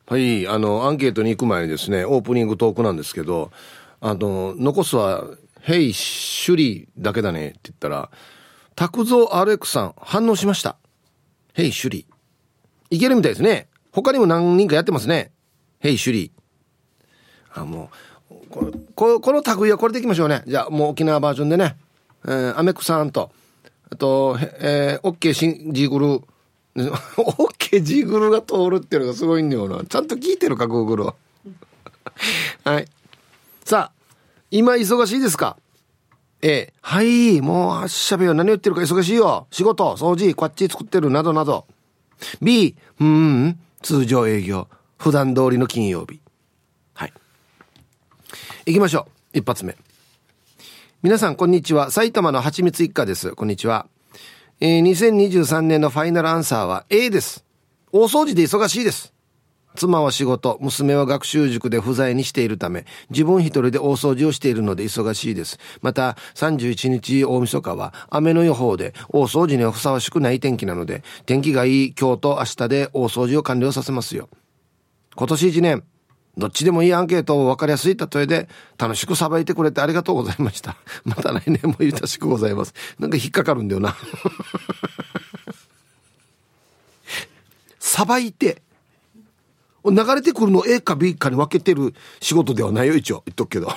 はい、アンケートに行く前にですね、オープニングトークなんですけど、残すは、ヘイ、シュリーだけだねって言ったら、拓蔵 RX さん反応しました。ヘイ、シュリー。いけるみたいですね。他にも何人かやってますね。ヘイ、シュリー。もう、この類はこれでいきましょうね。じゃあ、もう沖縄バージョンでね、アメクさんと、あと、オッケーシンジーグルー、オッケージーグルが通るっていうのがすごいんだよな。ちゃんと聞いてるか、グーグルは。はい。さあ、今忙しいですか？はい、もうしゃべよ、何言ってるか忙しいよ。仕事、掃除、こっち作ってるなどなど。B、通常営業、普段通りの金曜日。はい。行きましょう。一発目。皆さんこんにちは。埼玉のはちみつ一家です。こんにちは。2023年のファイナルアンサーは A です。大掃除で忙しいです。妻は仕事、娘は学習塾で不在にしているため、自分一人で大掃除をしているので忙しいです。また、31日大晦日は雨の予報で大掃除にはふさわしくない天気なので、天気がいい今日と明日で大掃除を完了させますよ。今年1年、どっちでもいいアンケートを分かりやすい例えで楽しくさばいてくれてありがとうございました。また来年もよろしくございます。なんか引っかかるんだよな。さばいて流れてくるの A か B かに分けてる仕事ではないよ、一応言っとくけど。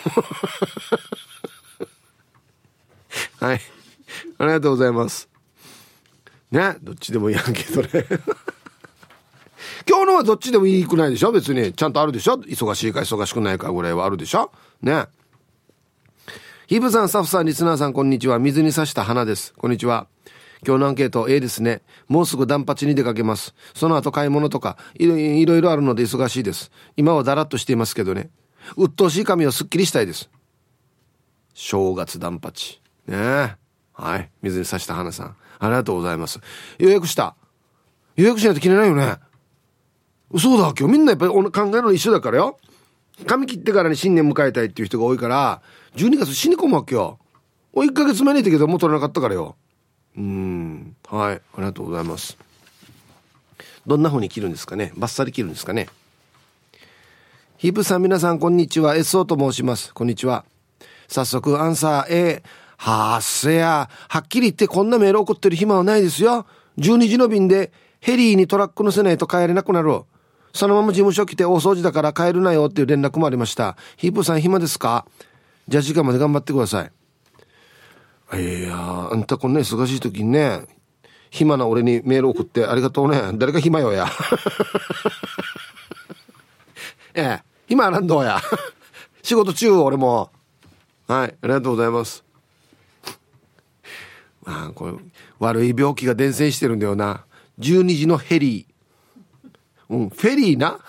はい、ありがとうございますね。どっちでもいいアンケートね。今日のはどっちでもいいくないでしょ。別にちゃんとあるでしょ。忙しいか忙しくないかぐらいはあるでしょね。ヒブさん、スタッフさん、リスナーさん、こんにちは。水に刺した花です。こんにちは。今日のアンケート A ですね。もうすぐダンパチに出かけます。その後買い物とかいろいろあるので忙しいです。今はだらっとしていますけどね。鬱陶しい髪をすっきりしたいです。正月ダンパチね。はい、水に刺した花さん、ありがとうございます。予約しないと切れないよね。そうだ、今日みんなやっぱり考えるの一緒だからよ。髪切ってからに新年迎えたいっていう人が多いから12月死に込むわけよ。1ヶ月前にいたけどもう取れなかったからよ。はい、ありがとうございます。どんな風に切るんですかね。バッサリ切るんですかね。ヒープさん、皆さんこんにちは。 SO と申します。こんにちは。早速アンサー A。 はっせや、はっきり言ってこんなメール送ってる暇はないですよ。12時の便でヘリーにトラック乗せないと帰れなくなる。そのまま事務所来て大掃除だから帰るなよっていう連絡もありました。ヒープさん暇ですか？じゃあ時間まで頑張ってください。いや、あんたこんな忙しい時にね、暇な俺にメール送ってありがとうね。誰か暇よや。暇なんどうや。仕事中俺も。はい、ありがとうございます。これ悪い病気が伝染してるんだよな。12時のヘリー、フェリーな。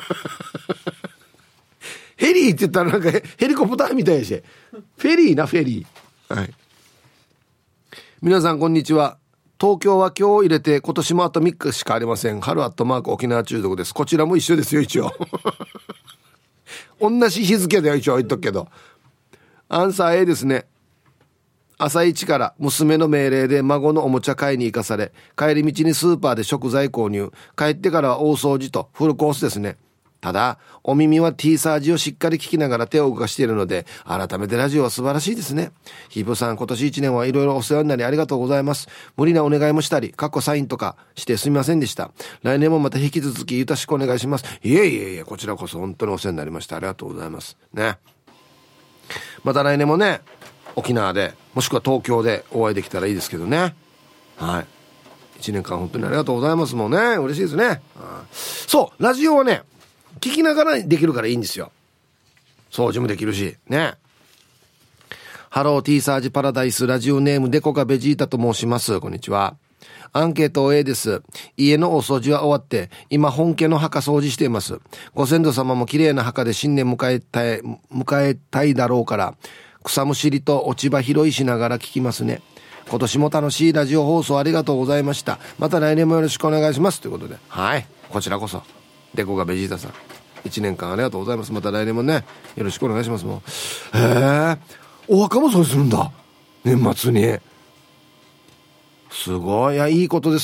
ヘリーって言ったらなんかヘリコプターみたいやし、フェリーな、フェリー。はい。皆さんこんにちは。東京は今日入れて今年もあと3日しかありません。春アットマーク沖縄中毒です。こちらも一緒ですよ、一応。同じ日付だよ、一応言っとくけど。アンサー A ですね。朝一から娘の命令で孫のおもちゃ買いに行かされ、帰り道にスーパーで食材購入、帰ってからは大掃除とフルコースですね。ただお耳は T サージをしっかり聞きながら手を動かしているので、改めてラジオは素晴らしいですね。ヒープさん、今年1年はいろいろお世話になりありがとうございます。無理なお願いもしたり過去サインとかしてすみませんでした。来年もまた引き続きよろしくお願いします。いえ、こちらこそ本当にお世話になりました。ありがとうございますね。また来年もね、沖縄でもしくは東京でお会いできたらいいですけどね。はい、1年間本当にありがとうございます。もんね、嬉しいですね。そう、ラジオはね聞きながらできるからいいんですよ。掃除もできるしね。ハロー T サージパラダイス、ラジオネームデコカベジータと申します。こんにちは。アンケート A です。家のお掃除は終わって今本家の墓掃除しています。ご先祖様も綺麗な墓で新年迎えたいだろうから、草むしりと落ち葉拾いしながら聞きますね。今年も楽しいラジオ放送ありがとうございました。また来年もよろしくお願いしますということで、はい、こちらこそデコがベジータさん、1年間ありがとうございます。また来年もねよろしくお願いします。もうお墓もそうするんだ、年末に。すごい、いや、いいことですよ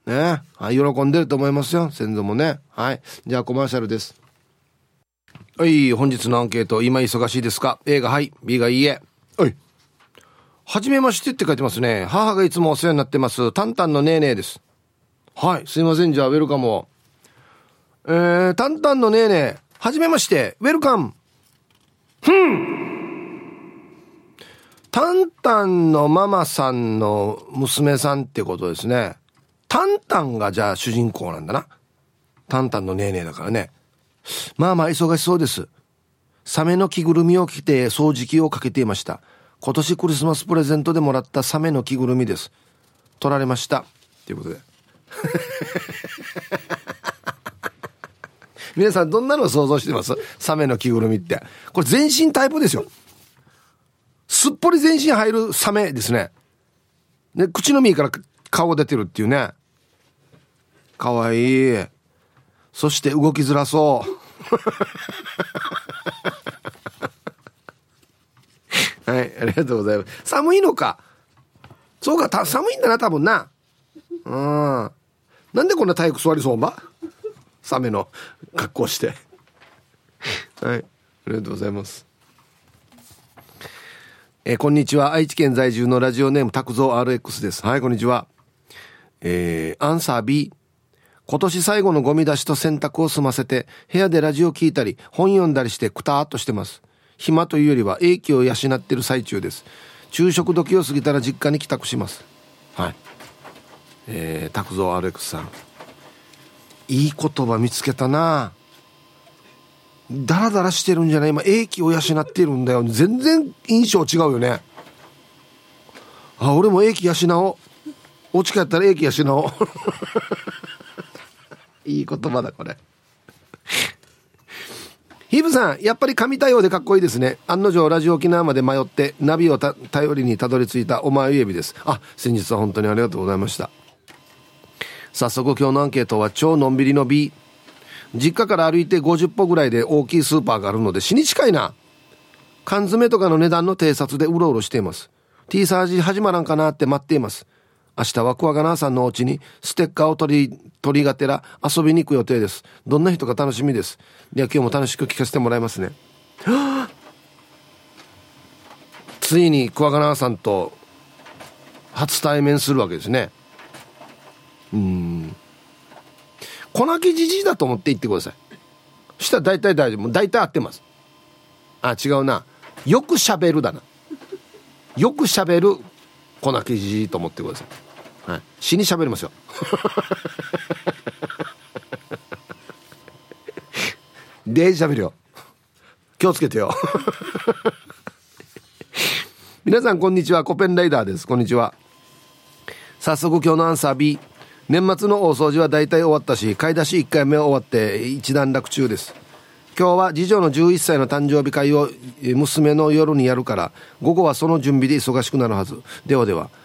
ね。はい、喜んでると思いますよ、先祖もね。はい。じゃあコマーシャルです。はい、本日のアンケート、今忙しいですか？ A がはい、B がいいえ。はい。はじめましてって書いてますね。母がいつもお世話になってます。タンタンのねーねーです。はい、すいません。じゃあウェルカムを。タンタンのねーねー、はじめまして、ウェルカム。タンタンのママさんの娘さんってことですね。タンタンがじゃあ主人公なんだな。タンタンのねーねーだからね。まあまあ忙しそうです。サメの着ぐるみを着て掃除機をかけていました。今年クリスマスプレゼントでもらったサメの着ぐるみです。取られましたということで皆さんどんなのを想像してます？サメの着ぐるみって。これ全身タイプですよ。すっぽり全身入るサメですね。で、口の右から顔出てるっていうね。かわいい。そして動きづらそうはい、ありがとうございます。寒いのか。そうか、寒いんだな多分な。なんでこんな体育座りそうばサメの格好してはい、ありがとうございます。こんにちは。愛知県在住のラジオネーム拓蔵 RX です。はい、こんにちは。アンサー B。今年最後のゴミ出しと洗濯を済ませて部屋でラジオ聞いたり本読んだりしてくたーっとしてます。暇というよりは英気を養っている最中です。昼食時を過ぎたら実家に帰宅します。はい。拓蔵 RX さん、いい言葉見つけたな。ダラダラしてるんじゃない、今英気を養っているんだよ。全然印象違うよね。あ、俺も英気養おう。お家帰ったら英気養おういい言葉だこれヒブさん、やっぱり神対応でかっこいいですね。案の定ラジオ沖縄まで迷ってナビを頼りにたどり着いたお前ゆえびです。あ、先日は本当にありがとうございました。早速今日のアンケートは超のんびりの B。 実家から歩いて50歩ぐらいで大きいスーパーがあるので死に近いな。缶詰とかの値段の偵察でうろうろしています。 T サージ始まらんかなって待っています。明日はクワガナーさんのお家にステッカーを取りがてら遊びに行く予定です。どんな人か楽しみです。では今日も楽しく聞かせてもらいますね。ついにクワガナーさんと初対面するわけですね。粉木じじいだと思って言ってください。そしたら大体大丈夫。大体合ってます。あ、違うな。よく喋るだな。よく喋る粉木じじいと思ってください。はい、死に喋りますよで喋るよ。気をつけてよ皆さんこんにちは。コペンライダーです。こんにちは。早速今日のアンサー B。 年末の大掃除は大体終わったし、買い出し1回目終わって一段落中です。今日は次女の11歳の誕生日会を娘の夜にやるから、午後はその準備で忙しくなるはず。ではでは。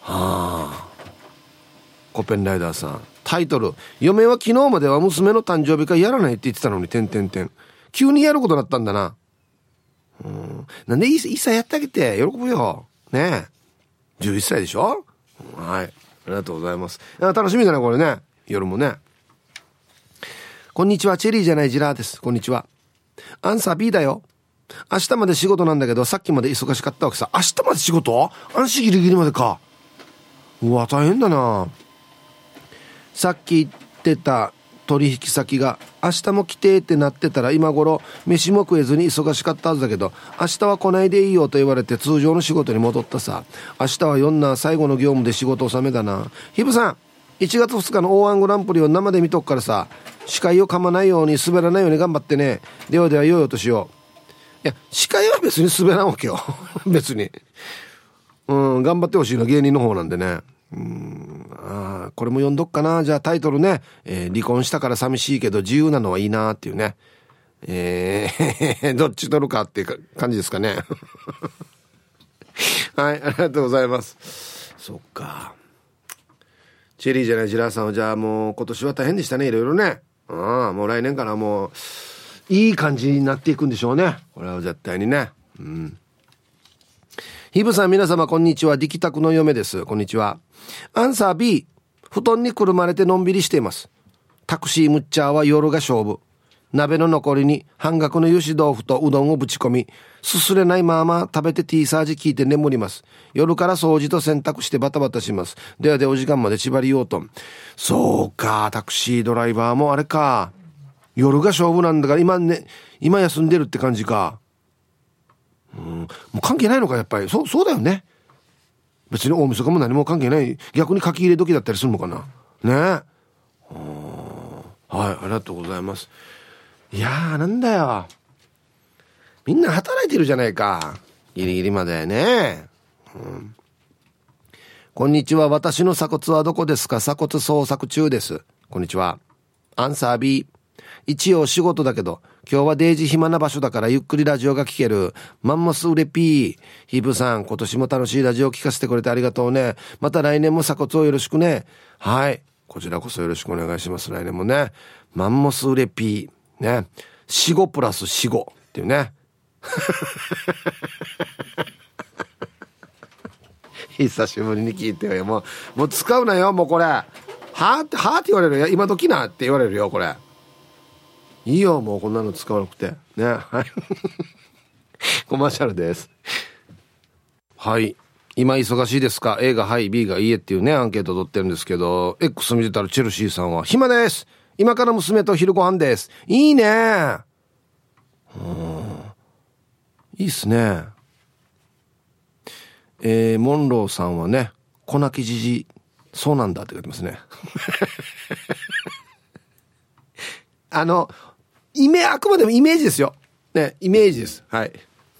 コペンライダーさん、タイトル、嫁は昨日までは娘の誕生日会やらないって言ってたのに急にやることになったんだな。なんで一歳やってあげて喜ぶよね。え11歳でしょ。はい、ありがとうございます。楽しみだねこれね、夜もね。こんにちは。チェリーじゃないジラーです。こんにちは。アンサー B だよ。明日まで仕事なんだけど、さっきまで忙しかったわけさ。明日まで仕事？安心ギリギリまでか。うわ、大変だな。さっき言ってた取引先が明日も来てってなってたら、今頃飯も食えずに忙しかったはずだけど、明日は来ないでいいよと言われて通常の仕事に戻ったさ。明日は4最後の業務で仕事納めだな。ヒブさん、1月2日の O1 グランプリを生で見とくからさ、視界を噛まないように滑らないように頑張ってね。ではでは良いお年を。いや、視界は別に滑らんわけよ別に頑張ってほしいの芸人の方なんでね。これも読んどっかな。じゃあタイトルね、離婚したから寂しいけど自由なのはいいなっていうね。どっち取るかっていう感じですかねはい、ありがとうございます。そっか、チェリーじゃないジラーさんは、じゃあもう今年は大変でしたね、いろいろね。もう来年からもういい感じになっていくんでしょうね、これは絶対にね。ヒブさん、皆様こんにちは。力宅の嫁です。こんにちは。アンサー B。 布団にくるまれてのんびりしています。タクシームッチャーは夜が勝負。鍋の残りに半額の油脂豆腐とうどんをぶち込み、すすれないまま食べて T サージ聞いて眠ります。夜から掃除と洗濯してバタバタします。ではでお時間まで縛りようと。そうか、タクシードライバーもあれか、夜が勝負なんだから今休んでるって感じか。もう関係ないのか、やっぱりそうだよね。別に大晦日も何も関係ない、逆に書き入れ時だったりするのかなね。はい、ありがとうございます。いやー、なんだよ、みんな働いてるじゃないか、ギリギリまでね。こんにちは、私の鎖骨はどこですか？鎖骨捜索中です。こんにちは。アンサー B。 一応仕事だけど今日はデイジ暇な場所だからゆっくりラジオが聞ける。マンモスウレピー。ヒープさん、今年も楽しいラジオ聞かせてくれてありがとうね。また来年も鎖骨をよろしくね。はい、こちらこそよろしくお願いします。来年もね。マンモスウレピーね、死後プラス死後っていうね久しぶりに聞いてよ。もう使うなよ、もうこれ。はーって言われるよ。今時なって言われるよ、これ。いいよ、もうこんなの使わなくてね。はいコマーシャルです。はい、今忙しいですか？ A がはい、 B がいいえっていうねアンケート取ってるんですけど、 X 見てたらチェルシーさんは暇です、今から娘と昼ご飯です。いいね、いいっすね。モンローさんはね、粉木じじそうなんだって書いてますねあくまでもイメージですよね、イメージです。はい。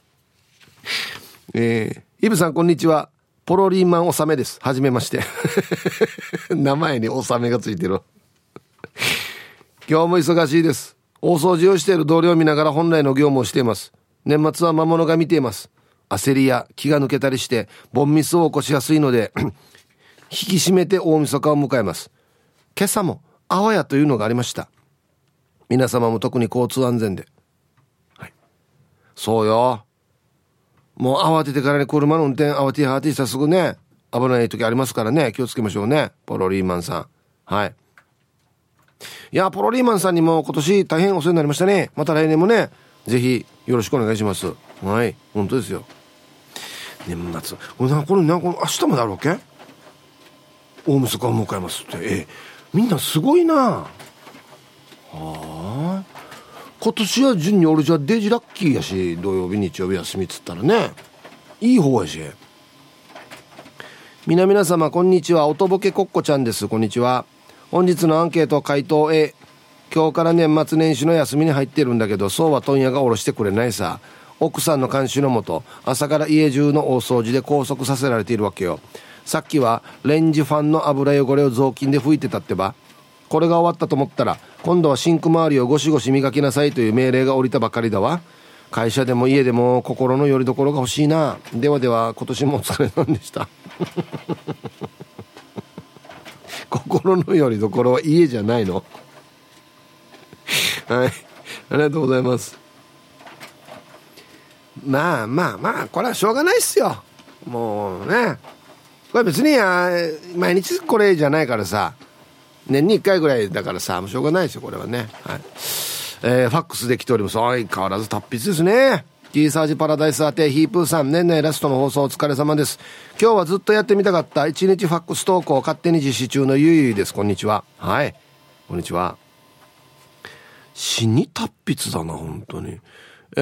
イブさんこんにちは、ポロリーマン納めです。はじめまして名前に納めがついてる今日も忙しいです。大掃除をしている同僚を見ながら本来の業務をしています。年末は魔物が見ています。焦りや気が抜けたりしてボンミスを起こしやすいので引き締めて大晦日を迎えます。今朝もあわやというのがありました。皆様も特に交通安全で。はい、そうよ、もう慌ててからね、車の運転慌てしたらすぐね危ない時ありますからね、気をつけましょうね。ポロリーマンさん、はい。いや、ポロリーマンさんにも今年大変お世話になりましたね。また来年もねぜひよろしくお願いします。はい、本当ですよ。年末これ明日まであるわけ？大晦日を迎えますって。みんなすごいな。はあ、今年は順に俺じゃデジラッキーやし、土曜日日曜日休みっつったらねいい方やし。皆様こんにちは、おとぼけこっこちゃんです。こんにちは。本日のアンケート回答 A。 今日から年末年始の休みに入ってるんだけど、そうは問屋が下ろしてくれないさ。奥さんの監視のもと朝から家中の大掃除で拘束させられているわけよ。さっきはレンジファンの油汚れを雑巾で拭いてたってば。これが終わったと思ったら今度はシンク周りをゴシゴシ磨きなさいという命令が下りたばかりだわ。会社でも家でも心の拠り所が欲しいな。ではでは、今年もお疲れ様でした心の拠り所は家じゃないのはい、ありがとうございます。まあこれはしょうがないっすよ。もうね、これ別に毎日これじゃないからさ、年に1回ぐらいだからさ、もうしょうがないですよこれはね。はい、ファックスで来ております。相変わらず達筆ですね。 T サージパラダイス宛てヒープーさん、年内ラストの放送お疲れ様です。今日はずっとやってみたかった1日ファックス投稿を勝手に実施中のゆいゆいです。こんにちは。はい、こんにちは。死に達筆だな本当に。そ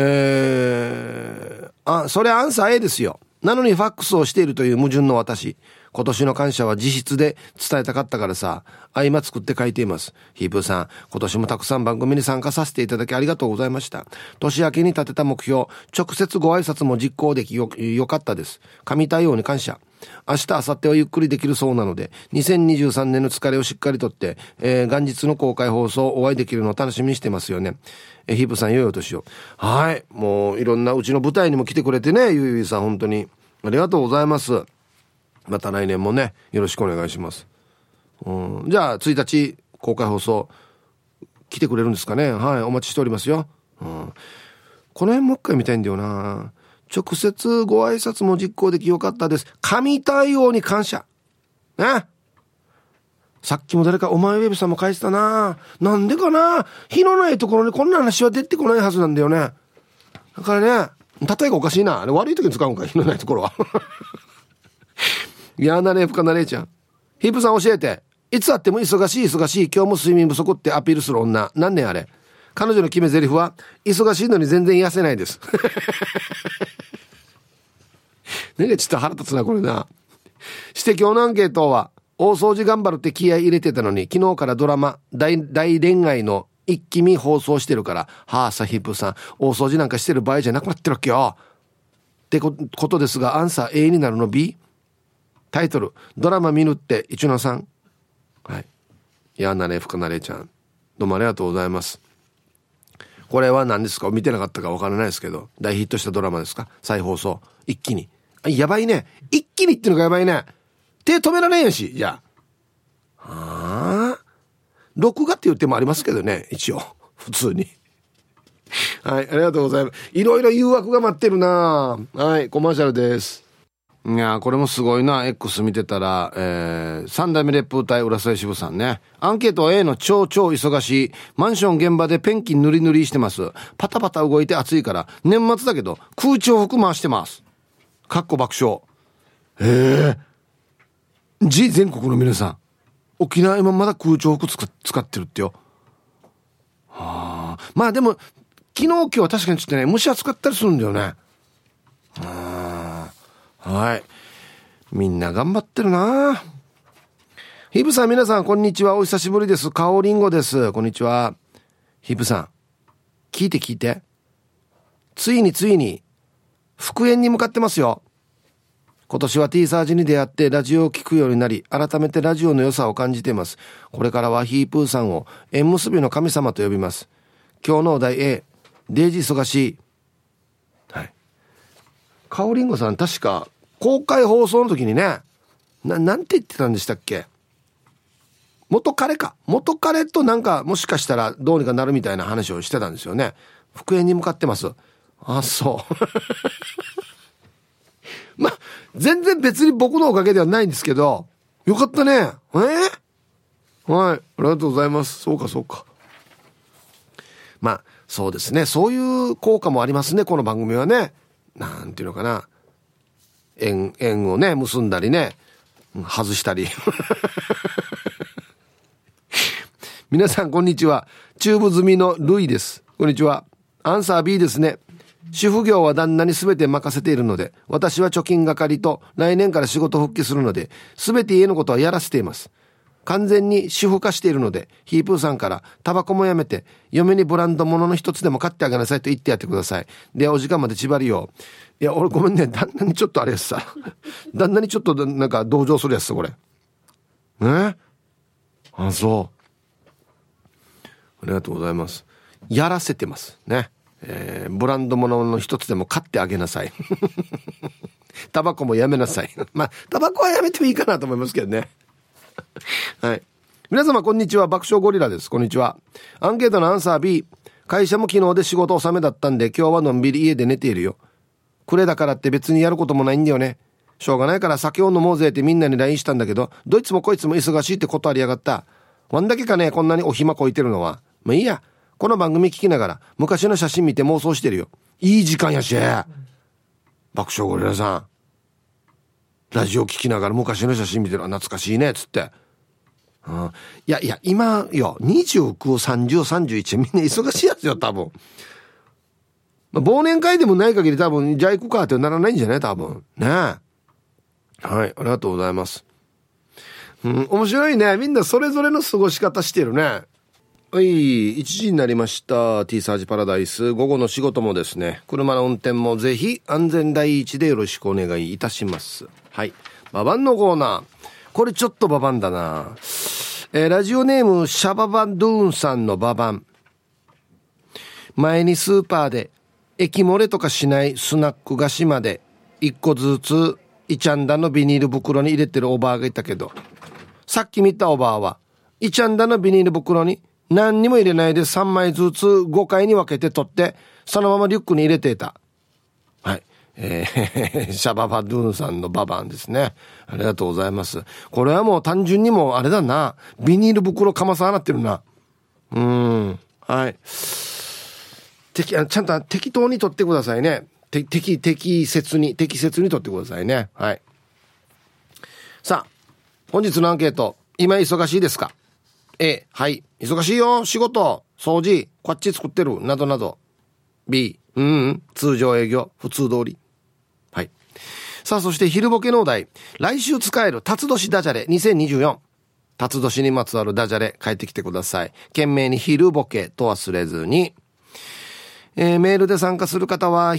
れアンサー A ですよ。なのにファックスをしているという矛盾の私。今年の感謝は自筆で伝えたかったからさ、今作って書いています。ヒープーさん、今年もたくさん番組に参加させていただきありがとうございました。年明けに立てた目標、直接ご挨拶も実行できよかったです。神対応に感謝。明日明後日はゆっくりできるそうなので、2023年の疲れをしっかりとって、元日の公開放送お会いできるのを楽しみにしてますよね。ヒープさん、良いお年を。はい、もういろんなうちの舞台にも来てくれてね、ゆいゆいさん本当にありがとうございます。また来年もねよろしくお願いします。じゃあ1日公開放送来てくれるんですかね。はい、お待ちしておりますよ。この辺もう一回見たいんだよな。直接ご挨拶も実行できよかったです。神対応に感謝ね。 さっきも誰かお前ウェブさんも返したな。なんでかな、火のないところにこんな話は出てこないはずなんだよね。だからね、例えがおかしいな。悪い時に使うんか、火のないところは。いやーなれ、深なれちゃん。ヒープさん教えて。いつあっても忙しい今日も睡眠不足ってアピールする女。何年あれ。彼女の決め台詞は、忙しいのに全然痩せないです。なんかちょっと腹立つなこれな。して今日のアンケートは、大掃除頑張るって気合い入れてたのに、昨日からドラマ大恋愛の一気見放送してるから、はあさヒップさん、大掃除なんかしてる場合じゃなくなってるわけよってことですが、アンサー A になるの B。 タイトル、ドラマ見ぬって一ノさん。はい、いやなれふかなれちゃん、どうもありがとうございます。これは何ですか、見てなかったかわからないですけど、大ヒットしたドラマですか、再放送一気に。やばいね、一気にってのがやばいね。手止められんやし、じゃあ録画って言ってもありますけどね、一応普通に。はい、ありがとうございます。いろいろ誘惑が待ってるな。はい、コマーシャルです。いやこれもすごいな。 X 見てたら、3代目烈風隊浦添支部さんね。アンケート A の超忙しいマンション現場でペンキ塗り塗りしてます。パタパタ動いて暑いから年末だけど空調服回してます。かっこ爆笑。全国の皆さん、沖縄今まだ空調服使ってるってよ。はあ、まあでも昨日今日は確かにちょっとね蒸し暑かったりするんだよね。はい、みんな頑張ってるな。ヒブさん、皆さんこんにちは、お久しぶりです。カオリンゴです。こんにちは。ヒブさん、聞いて、ついに復縁に向かってますよ。今年は T サージに出会ってラジオを聞くようになり、改めてラジオの良さを感じています。これからはヒープーさんを縁結びの神様と呼びます。今日のお題 A、 デイジ忙しい。はい、カオリンゴさん、確か公開放送の時にね、なんて言ってたんでしたっけ。元彼となんかもしかしたらどうにかなるみたいな話をしてたんですよね。復縁に向かってます。あ、そうまあ全然別に僕のおかげではないんですけど、よかったね。はい、ありがとうございます。そうか。まあそうですね、そういう効果もありますね、この番組はね。なんていうのかな、縁をね結んだりね、外したり。皆さんこんにちは、中部済みのルイです。こんにちは。アンサー B ですね。主婦業は旦那に全て任せているので、私は貯金係と来年から仕事復帰するので、全て家のことはやらせています。完全に主婦化しているので、ヒープーさんからタバコもやめて嫁にブランド物の一つでも買ってあげなさいと言ってやってください。ではお時間まで縛りよ。いや俺ごめんね、旦那にちょっとあれやつさ、旦那にちょっとなんか同情するやつさ、これね。あ、そうありがとうございます。やらせてますね。ブランド物の一つでも買ってあげなさい。タバコもやめなさい。まあタバコはやめてもいいかなと思いますけどね。はい、皆様こんにちは、爆笑ゴリラです。こんにちは。アンケートのアンサー B、 会社も昨日で仕事納めだったんで今日はのんびり家で寝ているよ。暮れだからって別にやることもないんだよね。しょうがないから酒を飲もうぜってみんなに LINE したんだけど、どいつもこいつも忙しいって断りやがった。ワンだけかね、こんなにお暇こいてるのは。まあいいや、この番組聞きながら昔の写真見て妄想してるよ。いい時間やし。爆笑ゴリラさん、ラジオ聞きながら昔の写真見てる、懐かしいねっつって、いや今よ29、30、31、みんな忙しいやつよ多分。まあ、忘年会でもない限り多分じゃあ行くかってならないんじゃない多分ね。はい、ありがとうございます。面白いね。みんなそれぞれの過ごし方してるね。はい、1時になりました。 T サージパラダイス、午後の仕事もですね、車の運転もぜひ安全第一でよろしくお願いいたします。はい、ババンのコーナー、これちょっとババンだな。ラジオネームシャババンドゥーンさんのババン。前にスーパーで液漏れとかしないスナック菓子まで1個ずつイチャンダのビニール袋に入れてるおばあがいたけど、さっき見たおばあはイチャンダのビニール袋に何にも入れないで3枚ずつ5回に分けて取ってそのままリュックに入れていた。はい、 シャババドゥーンさんのババンですね。ありがとうございます。これはもう単純にもうあれだな、ビニール袋かまさなってるな。はい。ちゃんと適当に取ってくださいね。適切に取ってくださいね。はい。さあ、本日のアンケート。今忙しいですか？ A、はい。忙しいよ。仕事、掃除、こっち作ってる、などなど。B、通常営業、普通通り。はい。さあ、そして昼ボケのお題。来週使える辰年ダジャレ2024。辰年にまつわるダジャレ書いてきてください。懸命に昼ボケと忘れずに。メールで参加する方は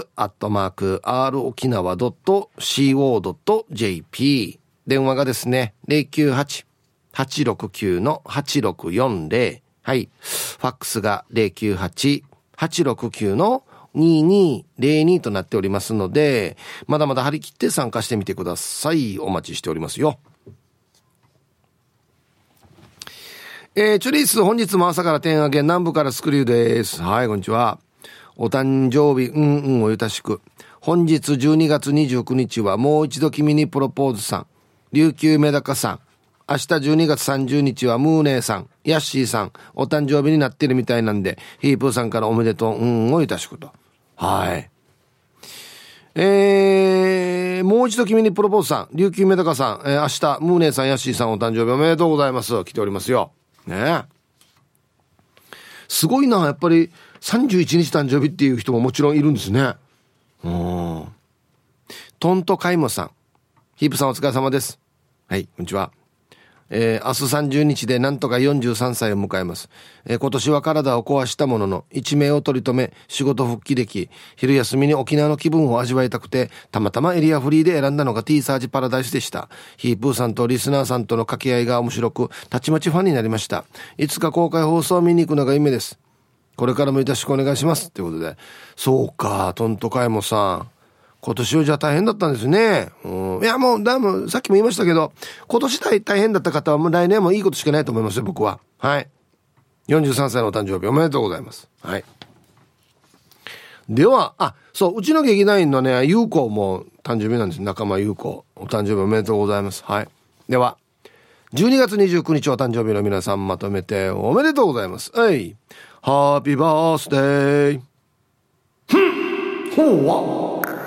hip@rokinawa.co.jp。電話がですね、098-869-8640。はい。ファックスが 098-869-2202 となっておりますので、まだまだ張り切って参加してみてください。お待ちしておりますよ。チュリース、本日も朝から点上げ、南部からスクリューです。はい、こんにちは。お誕生日、おゆたしく。本日12月29日はもう一度君にプロポーズさん、琉球メダカさん、明日12月30日はムーネーさん、ヤッシーさん、お誕生日になってるみたいなんで、ヒープーさんからおめでとう、おゆたしくと。はい。もう一度君にプロポーズさん、琉球メダカさん、明日ムーネーさん、ヤッシーさん、お誕生日おめでとうございます。来ておりますよ。ね、すごいな。やっぱり31日誕生日っていう人ももちろんいるんですね。トントカイモさん、ヒープさんお疲れ様です。はい、こんにちは。明日30日でなんとか43歳を迎えます。今年は体を壊したものの一命を取り留め仕事復帰でき、昼休みに沖縄の気分を味わいたくてたまたまエリアフリーで選んだのが T サージパラダイスでした。ヒープーさんとリスナーさんとの掛け合いが面白くたちまちファンになりました。いつか公開放送を見に行くのが夢です。これからもよろしくお願いしますということで。そうか、トントカイモさん、今年はじゃあ大変だったんですね。いやもうさっきも言いましたけど、今年大変だった方はもう来年もいいことしかないと思いますよ、僕は。はい。43歳のお誕生日おめでとうございます。はい。では、そう、うちの劇団員のね、ゆうこも誕生日なんです。仲間ゆうこ。お誕生日おめでとうございます。はい。では、12月29日お誕生日の皆さんまとめておめでとうございます。はい。ハッピーバースデー。ほうわ。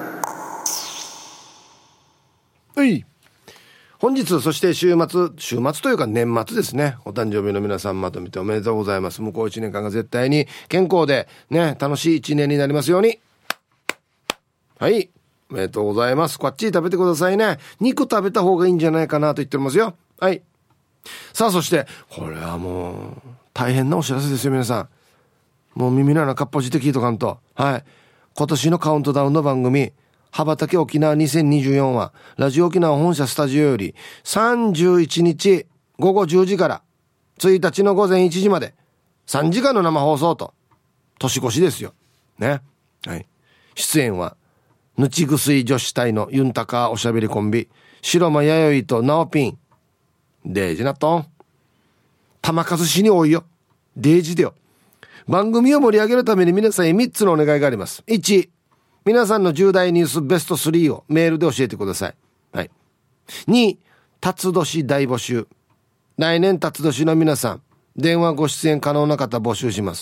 はい。本日、そして週末というか年末ですね。お誕生日の皆さんまとめておめでとうございます。向こう1年間が絶対に健康でね、楽しい1年になりますように。はい。おめでとうございます。こっち食べてくださいね。肉食べた方がいいんじゃないかなと言っておりますよ。はい。さあ、そして、これはもう、大変なお知らせですよ、皆さん。もう耳の穴かっぽじって聞いとかんと。はい。今年のカウントダウンの番組、羽ばたけ沖縄2024はラジオ沖縄本社スタジオより31日午後10時から1日の午前1時まで3時間の生放送と年越しですよね。はい。出演はぬちぐすい女子隊のユンタカおしゃべりコンビ白間やよいとナオピンデージなとん玉数しに多いよデージでよ。番組を盛り上げるために皆さんへ3つのお願いがあります。1、皆さんの重大ニュースベスト3をメールで教えてください。はい。2、辰年大募集。来年辰年の皆さん、電話ご出演可能な方募集します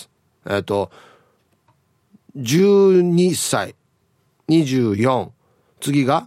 。12歳、24、次が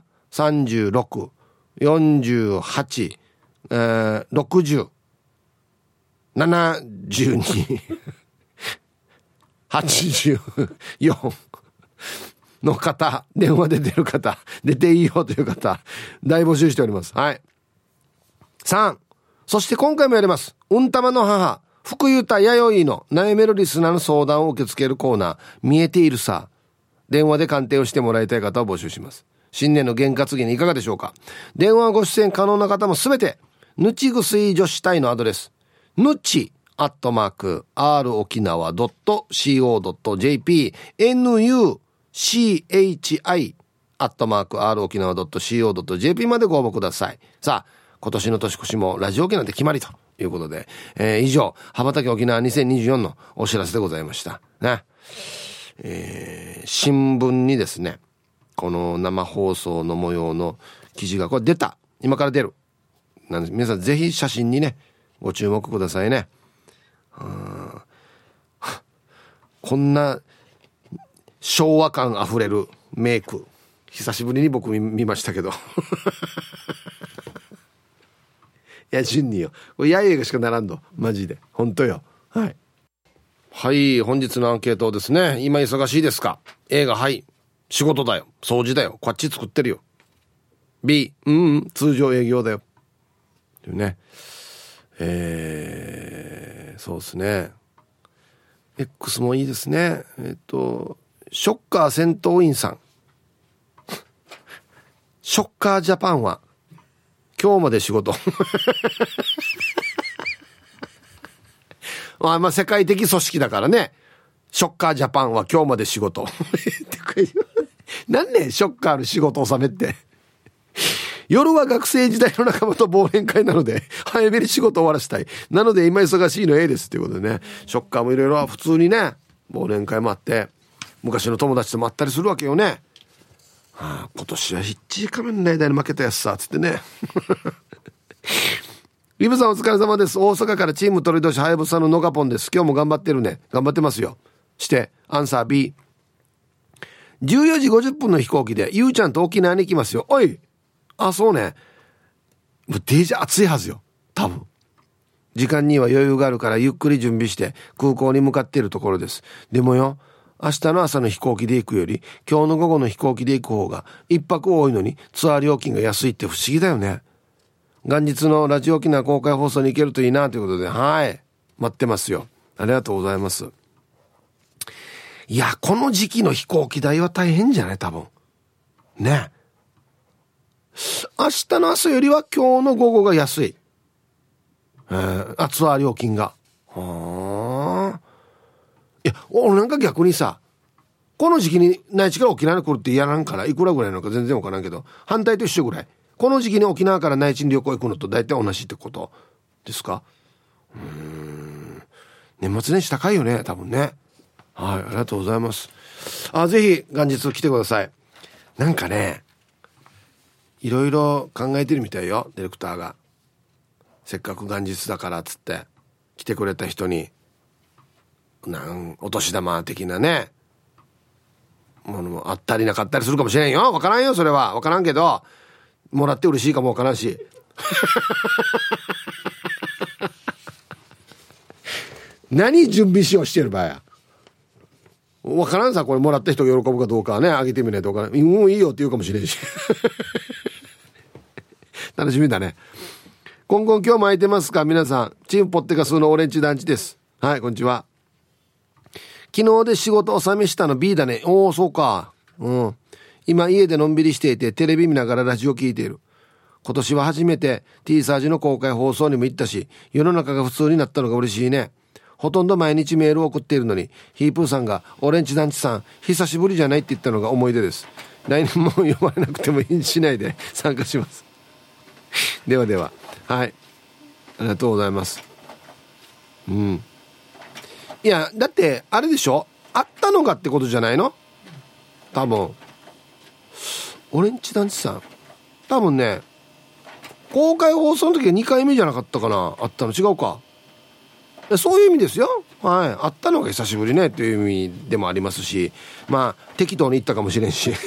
36、48、60、72、84の方、電話で出る方、出ていいよという方、大募集しております。はい。3、そして今回もやります。うんたまの母、福ゆたやよいの悩めるリスナーの相談を受け付けるコーナー、見えているさ。電話で鑑定をしてもらいたい方を募集します。新年の験担ぎにいかがでしょうか。電話ご出演可能な方もすべて、ぬちぐすい女子隊のアドレス、ぬち@rokinawa.co.jp nuchi@rokinawa.co.jp までご応募ください。さあ、今年の年越しもラジオ沖縄で決まりということで、以上、羽ばたけ沖縄2024のお知らせでございました。ね。新聞にですね、 この生放送の模様の記事がこれ出た、今から出るなんで、皆さんぜひ写真にねご注目くださいね。こんな昭和感あふれるメイク久しぶりに僕見ましたけどいや順によ、これやいがしかならんのマジで本当よ。はい、はい、本日のアンケートですね。今忙しいですか？ A がはい、仕事だよ、掃除だよ、こっち作ってるよ。 B、通常営業だよというね。そうですね。 X もいいですね。ショッカー戦闘員さんショッカージャパンは今日まで仕事まあ世界的組織だからね。ショッカージャパンは今日まで仕事なんねショッカーの仕事納めって夜は学生時代の仲間と忘年会なので早めに仕事終わらせたい。なので今忙しいの A ですっていうことでね。ショッカーもいろいろ普通にね忘年会もあって昔の友達ともあったりするわけよね。今年はヒッチー仮面ライダーに負けたやつさつってねリブさんお疲れ様です。大阪からチーム鳥年はやぶさののがぽんです。今日も頑張ってるね。頑張ってますよ。してアンサー B、 14時50分の飛行機でゆうちゃんと沖縄に行きますよ。おい、そうね。もうデージ暑いはずよ多分。時間には余裕があるからゆっくり準備して空港に向かっているところです。でもよ、明日の朝の飛行機で行くより今日の午後の飛行機で行く方が一泊多いのにツアー料金が安いって不思議だよね。元日のラジオ沖縄公開放送に行けるといいなということで、はい待ってますよ。ありがとうございます。いやこの時期の飛行機代は大変じゃない多分ね。明日の朝よりは今日の午後が安い。ツアー料金が。いや俺なんか逆にさ、この時期に内地から沖縄に来るって嫌なんからいくらぐらいなのか全然わからんけど、反対と一緒ぐらい。この時期に沖縄から内地に旅行行くのと大体同じってことですか？年末年始高いよね多分ね。はい、ありがとうございます。ぜひ元日来てください。なんかねいろいろ考えてるみたいよディレクターが。せっかく元日だからっつって来てくれた人にお年玉的なねものもあったりなかったりするかもしれんよ。わからんよそれは。わからんけどもらって嬉しいかもわからんし何準備しようしてる場合やわからんさ。これもらった人が喜ぶかどうかはねあげてみないとわからん。いいよって言うかもしれんし楽しみだね。今後今日も空いてますか皆さん。チームポッテガスのオレンジ団地です。はいこんにちは。昨日で仕事納めしたの B だね。そうか。今家でのんびりしていてテレビ見ながらラジオ聞いている。今年は初めて T サージの公開放送にも行ったし世の中が普通になったのが嬉しいね。ほとんど毎日メールを送っているのにヒープーさんがオレンジ団地さん久しぶりじゃないって言ったのが思い出です。来年も読まれなくてもいいしないで参加しますではでは。はいありがとうございます。いやだってあれでしょ、あったのがってことじゃないの多分。オレンジ団地さん多分ね公開放送の時は2回目じゃなかったかな。あったの違うか。そういう意味ですよ。はいあったのが久しぶりねっていう意味でもありますし、まあ適当に言ったかもしれんし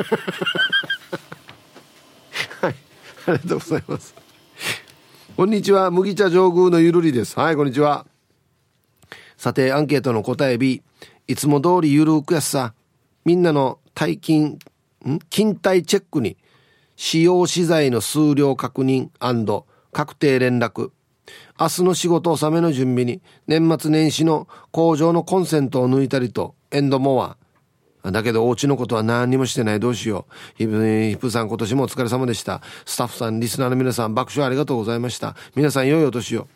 はいありがとうございます。こんにちは、麦茶上宮のゆるりです。はいこんにちは。さてアンケートの答え B、 いつも通りゆるくやっさ。みんなの勤怠チェックに使用資材の数量確認&確定連絡、明日の仕事納めの準備に年末年始の工場のコンセントを抜いたりとエンドモアだけどお家のことは何にもしてない。どうしよう。ヒプさん今年もお疲れ様でした。スタッフさんリスナーの皆さん爆笑ありがとうございました。皆さん良いお年を。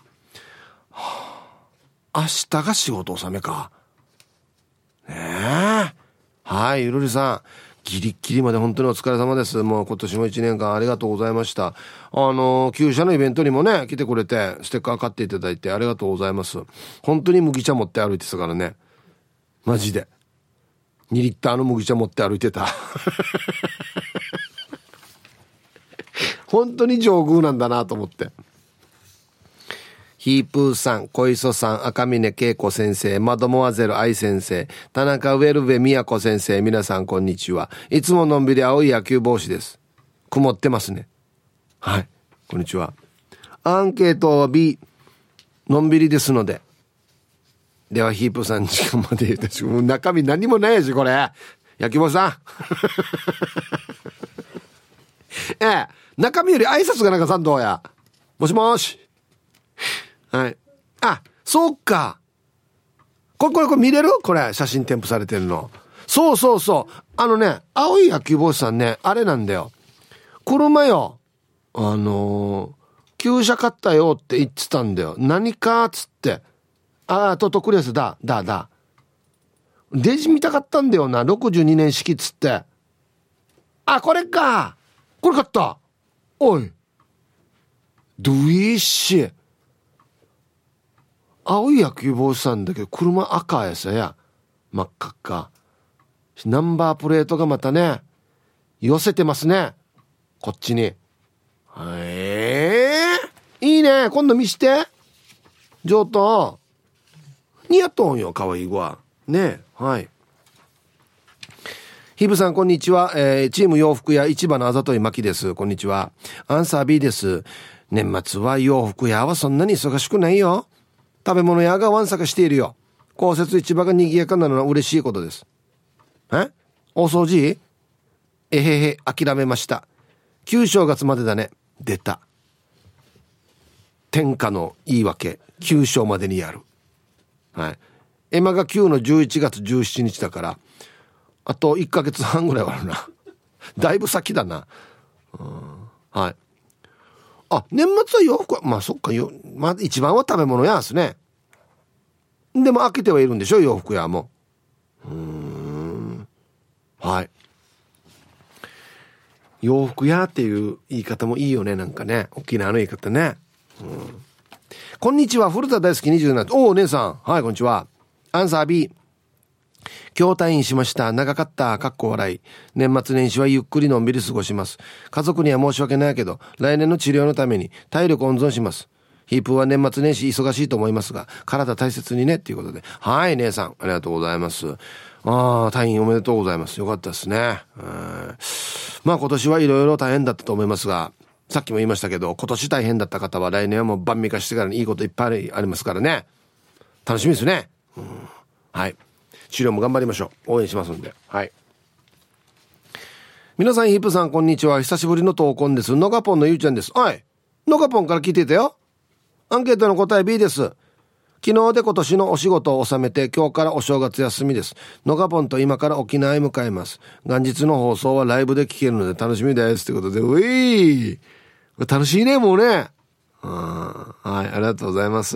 明日が仕事納めかねえ。はいゆるりさんギリッギリまで本当にお疲れ様です。もう今年も1年間ありがとうございました。旧社のイベントにもね来てくれてステッカー買っていただいてありがとうございます。本当に麦茶持って歩いてたからねマジで 2リッターの麦茶持って歩いてた本当に上宮なんだなと思って。ヒープーさん、小磯さん、赤嶺恵子先生、マドモアゼル愛先生、田中ウェルベ宮子先生、皆さんこんにちは。いつものんびり青い野球帽子です。曇ってますね。はい、こんにちは。アンケートは B、 のんびりですので。ではヒープーさん時間まで言うてし、もう中身何もないやしこれ。野球帽さん中身より挨拶がなんかさんどうや。もしもし。はい。あ、そうか。これ見れる？これ写真添付されてるの。そうそうそう。青い野球帽子さんね、あれなんだよ。車よ。旧車買ったよって言ってたんだよ。何かっつって。クリアスだ。デジ見たかったんだよな。62年式っつって。これか。これ買った。おい。どいっし。青い野球帽子さんだけど、車赤やさや。真っ赤っか。ナンバープレートがまたね、寄せてますね。こっちに。いいね。今度見して。上等。似合っとんよ、かわいい子は。ね。はい。ヒブさんこんにちは、チーム洋服屋市場のあざといまきです。こんにちは。アンサー B です。年末は洋服屋はそんなに忙しくないよ。食べ物屋がわんさかしているよ。公設市場が賑やかなのは嬉しいことです。大掃除？諦めました。旧正月までだね。出た。天下の言い訳、旧正までにやる。はい。今が旧の11月17日だからあと1ヶ月半ぐらいはあるなだいぶ先だな。はい。年末は洋服はまあそっかよ、まあ、一番は食べ物屋ですね。でも開けてはいるんでしょ、洋服屋も。はい。洋服屋っていう言い方もいいよね、なんかね、沖縄の言い方ね。こんにちは、古田大好き27。お姉さん、はい、こんにちは。アンサー B。今日退院しました。長かった。かっこ笑い。年末年始はゆっくりのんびり過ごします。家族には申し訳ないけど、来年の治療のために体力温存します。ヒープは年末年始忙しいと思いますが、体大切にねっていうことで。はい、姉さん、ありがとうございます。退院おめでとうございます。よかったですね。まあ今年はいろいろ大変だったと思いますが、さっきも言いましたけど、今年大変だった方は来年はもう晩味化してからにいいこといっぱいありますからね。楽しみですね。はい。治療も頑張りましょう。応援しますんで。はい。皆さん、ヒップさん、こんにちは。久しぶりの投稿です。ノガポンのゆうちゃんです。はい。ノガポンから聞いてたよ。アンケートの答え B です。昨日で今年のお仕事を収めて、今日からお正月休みです。ノガポンと今から沖縄へ向かいます。元日の放送はライブで聞けるので楽しみです。ということで、ういー。楽しいね、もうね。はい、ありがとうございます。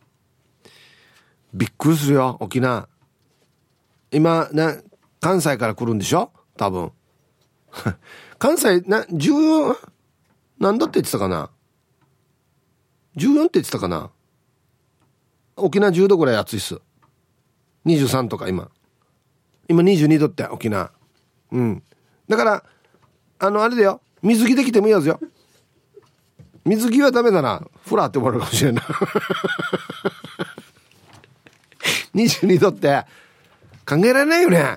びっくりするよ、沖縄。今関西から来るんでしょ、多分関西14なんだって言ってたかな、14って言ってたかな。沖縄10度ぐらい暑いっす。23とか今22度って沖縄。だからあれだよ、水着できてもいいやつよ。水着はダメだな、フラーって思われるかもしれんない22度って考えられないよね。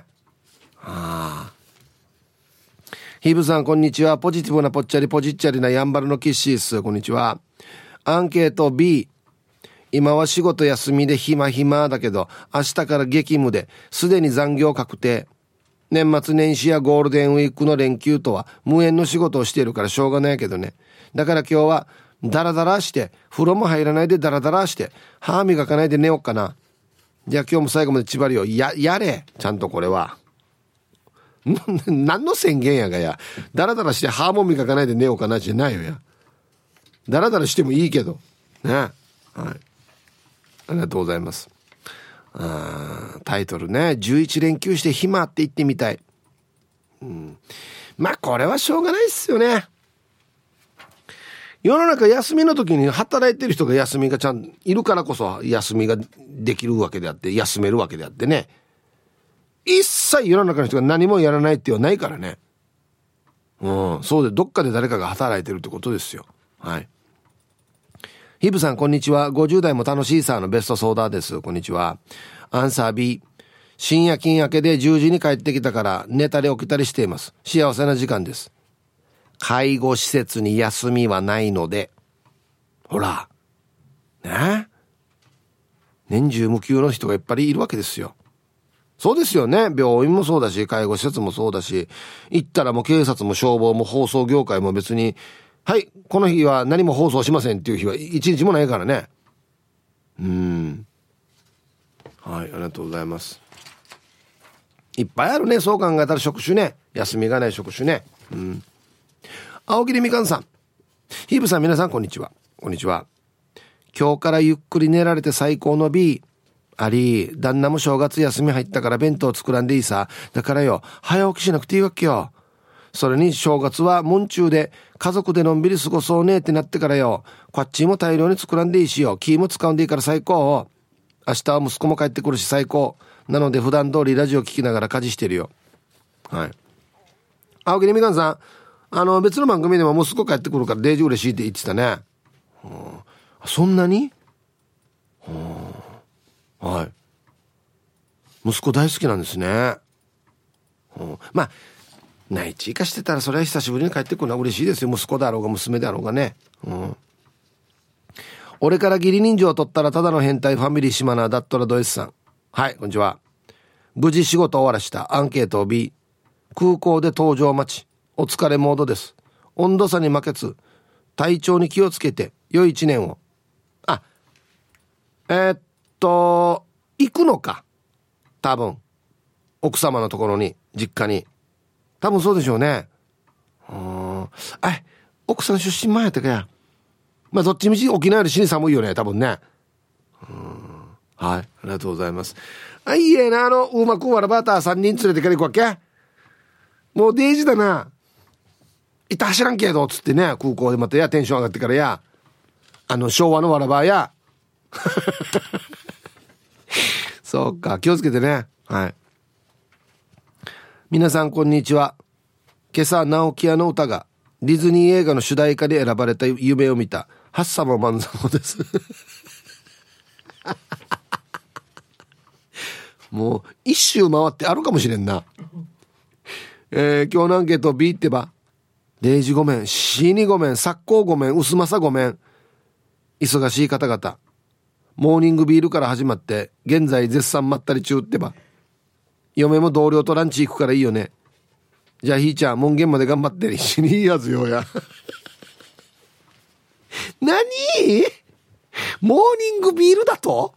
ヒーブさんこんにちは。ポジティブなぽっちゃりポジッチャリなやんばるのキッシース。こんにちは。アンケート B。 今は仕事休みで暇だけど、明日から激務ですでに残業確定。年末年始やゴールデンウィークの連休とは無縁の仕事をしているからしょうがないけどね。だから今日はダラダラして、風呂も入らないでダラダラして、歯磨かないで寝ようかな。じゃあ今日も最後まで縛りをやれ、ちゃんと。これは何の宣言やがや。ダラダラして歯も磨かないで寝ようかなじゃないよや。ダラダラしてもいいけどね。はい、ありがとうございます。タイトルね、11連休して暇って言ってみたい。まあこれはしょうがないっすよね。世の中休みの時に働いてる人が休みがちゃんいるからこそ休みができるわけであって、休めるわけであってね。一切切世の中の人が何もやらないっていうのはないからね。そうで、どっかで誰かが働いてるってことですよ。はい。ヒブさんこんにちは。50代も楽しいさのベストソーダです。こんにちは。アンサー B。深夜勤明けで10時に帰ってきたから寝たり起きたりしています。幸せな時間です。介護施設に休みはないので、ほらね、年中無休の人がやっぱりいるわけですよ。そうですよね。病院もそうだし、介護施設もそうだし、行ったらもう警察も消防も放送業界も別に、はい、この日は何も放送しませんっていう日は一日もないからね。はい、ありがとうございます。いっぱいあるね、そう考えたら職種ね。休みがない職種ね。青桐みかんさん、ヒーブさん、皆さんこんにちは。こんにちは。今日からゆっくり寝られて最高の B。あり、旦那も正月休み入ったから弁当作らんでいいさ。だからよ、早起きしなくていいわけよ。それに正月は門中で家族でのんびり過ごそうねってなってからよ、こっちも大量に作らんでいいしよ、気も使うんでいいから最高。明日は息子も帰ってくるし最高。なので普段通りラジオ聞きながら家事してるよ。はい。青木みかんさん、別の番組でも息子帰ってくるからデージ嬉しいって言ってたね。そんなに？はい。息子大好きなんですね。まあ内地化してたらそれは久しぶりに帰ってくるのは嬉しいですよ。息子だろうが娘だろうがね。俺から義理人情を取ったらただの変態ファミリー島名だったらド S さん。はい、こんにちは。無事仕事終わらしたアンケートを B。空港で搭乗待ち。お疲れモードです。温度差に負けず体調に気をつけて良い一年を。行くのか、多分奥様のところに、実家に。多分そうでしょうね。奥さん出身前やったかや。まあどっちみち沖縄より死に寒いよね、多分ね。はい、ありがとうございます。いいえな、うまくわらバーター3人連れてから行くわけ。もうデージだな。いた走らんけどつってね、空港でまたやテンション上がってからや、昭和のわらバーやそうか、気をつけてね。はい。皆さんこんにちは。今朝直木屋の歌がディズニー映画の主題歌で選ばれた夢を見たハッサモマンザモですもう一周回ってあるかもしれんな。今日のアンケート B ってば、デイジごめん、シーニごめん、サッコーごめん、ウスマサごめん。忙しい方々、モーニングビールから始まって現在絶賛まったり中ってば、嫁も同僚とランチ行くからいいよね。じゃあひーちゃん門限まで頑張って一緒にいいやつよや何モーニングビールだと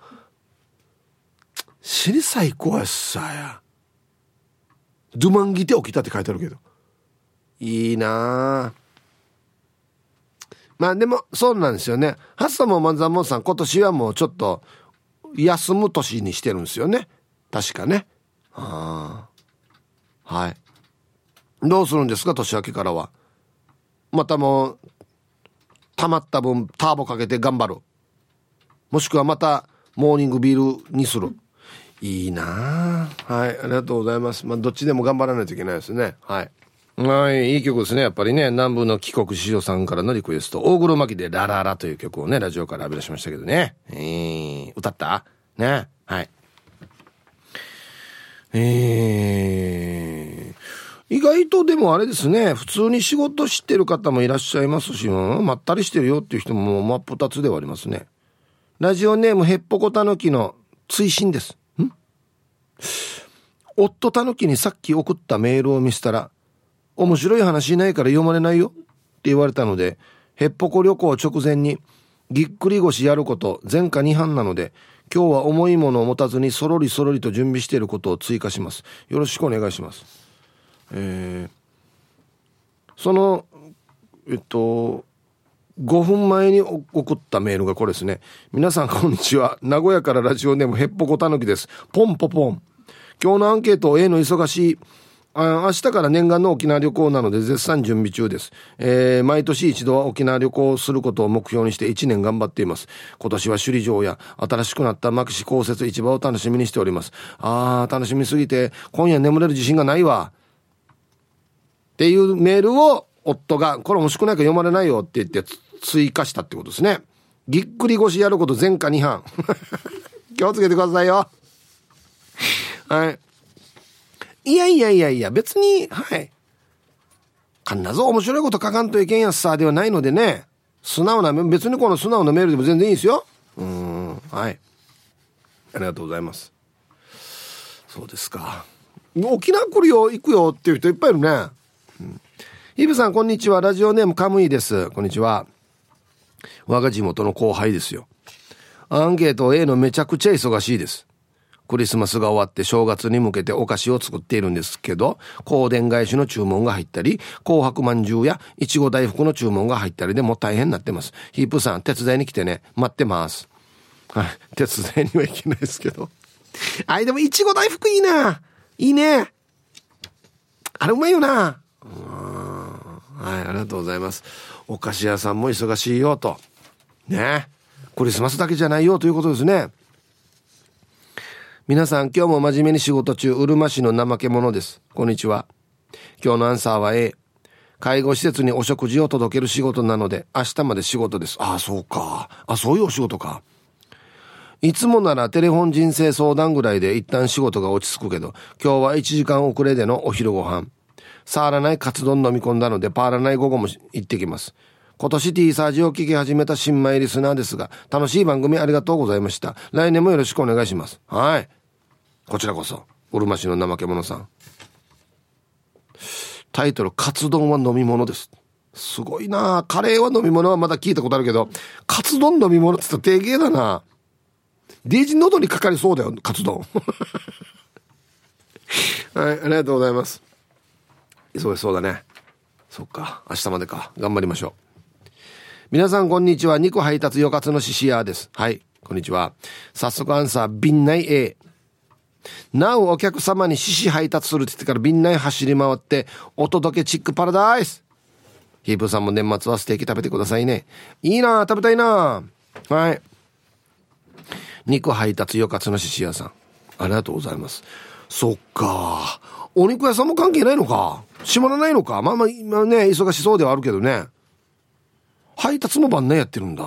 死に最高やっさや。ドゥマンギて起きたって書いてあるけど、いいなあ。まあでもそうなんですよね。ハッサモンマンザモンさん、今年はもうちょっと休む年にしてるんですよね、確かね。はい。どうするんですか、年明けからは。またもう溜まった分ターボかけて頑張る、もしくはまたモーニングビールにする。いいなあ。はい、ありがとうございます。まあどっちでも頑張らないといけないですね。はい。はい、いい曲ですね。やっぱりね、南部の帰国子女さんからのリクエスト、大黒摩季でラララという曲をね、ラジオから浴び出しましたけどね。歌ったね。はい。意外とでもあれですね、普通に仕事してる方もいらっしゃいますし、まったりしてるよっていう人も真っ二つではありますね。ラジオネームへっぽこたぬきの追伸です。夫たぬきにさっき送ったメールを見せたら、面白い話ないから読まれないよって言われたので、へっぽこ旅行直前にぎっくり腰やること前科2犯なので、今日は重いものを持たずにそろりそろりと準備していることを追加します。よろしくお願いします。その5分前に送ったメールがこれですね。皆さんこんにちは。名古屋からラジオネームへっぽこたぬきです。ポンポポン。今日のアンケート A の忙しい明日から念願の沖縄旅行なので絶賛準備中です。毎年一度は沖縄旅行をすることを目標にして1年頑張っています。今年は首里城や新しくなった牧志公設市場を楽しみにしております。楽しみすぎて今夜眠れる自信がないわっていうメールを夫がこれ欲しくないから読まれないよって言って追加したってことですね。ぎっくり腰やること前科2犯気をつけてくださいよ。はい。いや別に、はい、必ず面白いこと書かんといけんやつさではないのでね、素直な、別にこの素直なメールでも全然いいですよ。はい、ありがとうございます。そうですか。沖縄来るよ行くよっていう人いっぱいいるね。イブさんこんにちは。ラジオネームカムイです。こんにちは。我が地元の後輩ですよ。アンケート A のめちゃくちゃ忙しいです。クリスマスが終わって正月に向けてお菓子を作っているんですけど、香典返しの注文が入ったり、紅白まんじゅうやいちご大福の注文が入ったりでもう大変になってます。ヒープさん手伝いに来てね、待ってます。はい、手伝いには行けないですけどでもいちご大福いいな、いいね、あれうまいよな。はい、ありがとうございます。お菓子屋さんも忙しいよとね、クリスマスだけじゃないよということですね。皆さん今日も真面目に仕事中、うるま市の怠け者です。こんにちは。今日のアンサーは A。 介護施設にお食事を届ける仕事なので明日まで仕事です。そうか、そういうお仕事か。いつもならテレフォン人生相談ぐらいで一旦仕事が落ち着くけど、今日は1時間遅れでのお昼ご飯。触らないカツ丼飲み込んだのでパーらない午後も行ってきます。今年 T サージを聞き始めた新米リスナーですが、楽しい番組ありがとうございました。来年もよろしくお願いします。はい、こちらこそ。うるま市の怠け者さん。タイトル、カツ丼は飲み物です。すごいな。カレーは飲み物はまだ聞いたことあるけど、カツ丼飲み物って言ったら定型だな。デージ喉にかかりそうだよカツ丼はい、ありがとうございます。忙しそうだね。そっか、明日までか。頑張りましょう。皆さんこんにちは。肉配達よかつのししやです。はい、こんにちは。早速アンサー、便内 A。なおお客様に獅子配達するって言ってから便内走り回ってお届けチックパラダイス。ヒープさんも年末はステーキ食べてくださいね。いいな、食べたいな。はい、肉配達よかつの獅子屋さん、ありがとうございます。そっか、お肉屋さんも関係ないのか、閉まらないのか。まあ今ね忙しそうではあるけどね、配達も晩年やってるんだ。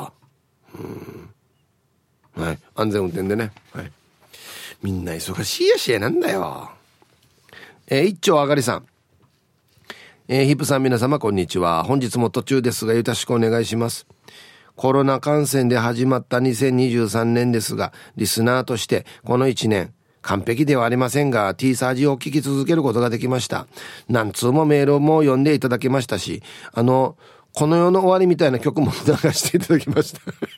はい、安全運転でね。はい、みんな忙しいやしなんだよ。一丁あがりさん、ヒップさん皆様こんにちは。本日も途中ですがよろしくお願いします。コロナ感染で始まった2023年ですが、リスナーとしてこの1年完璧ではありませんが T サージを聞き続けることができました。何通もメールも読んでいただきましたし、この世の終わりみたいな曲も流していただきま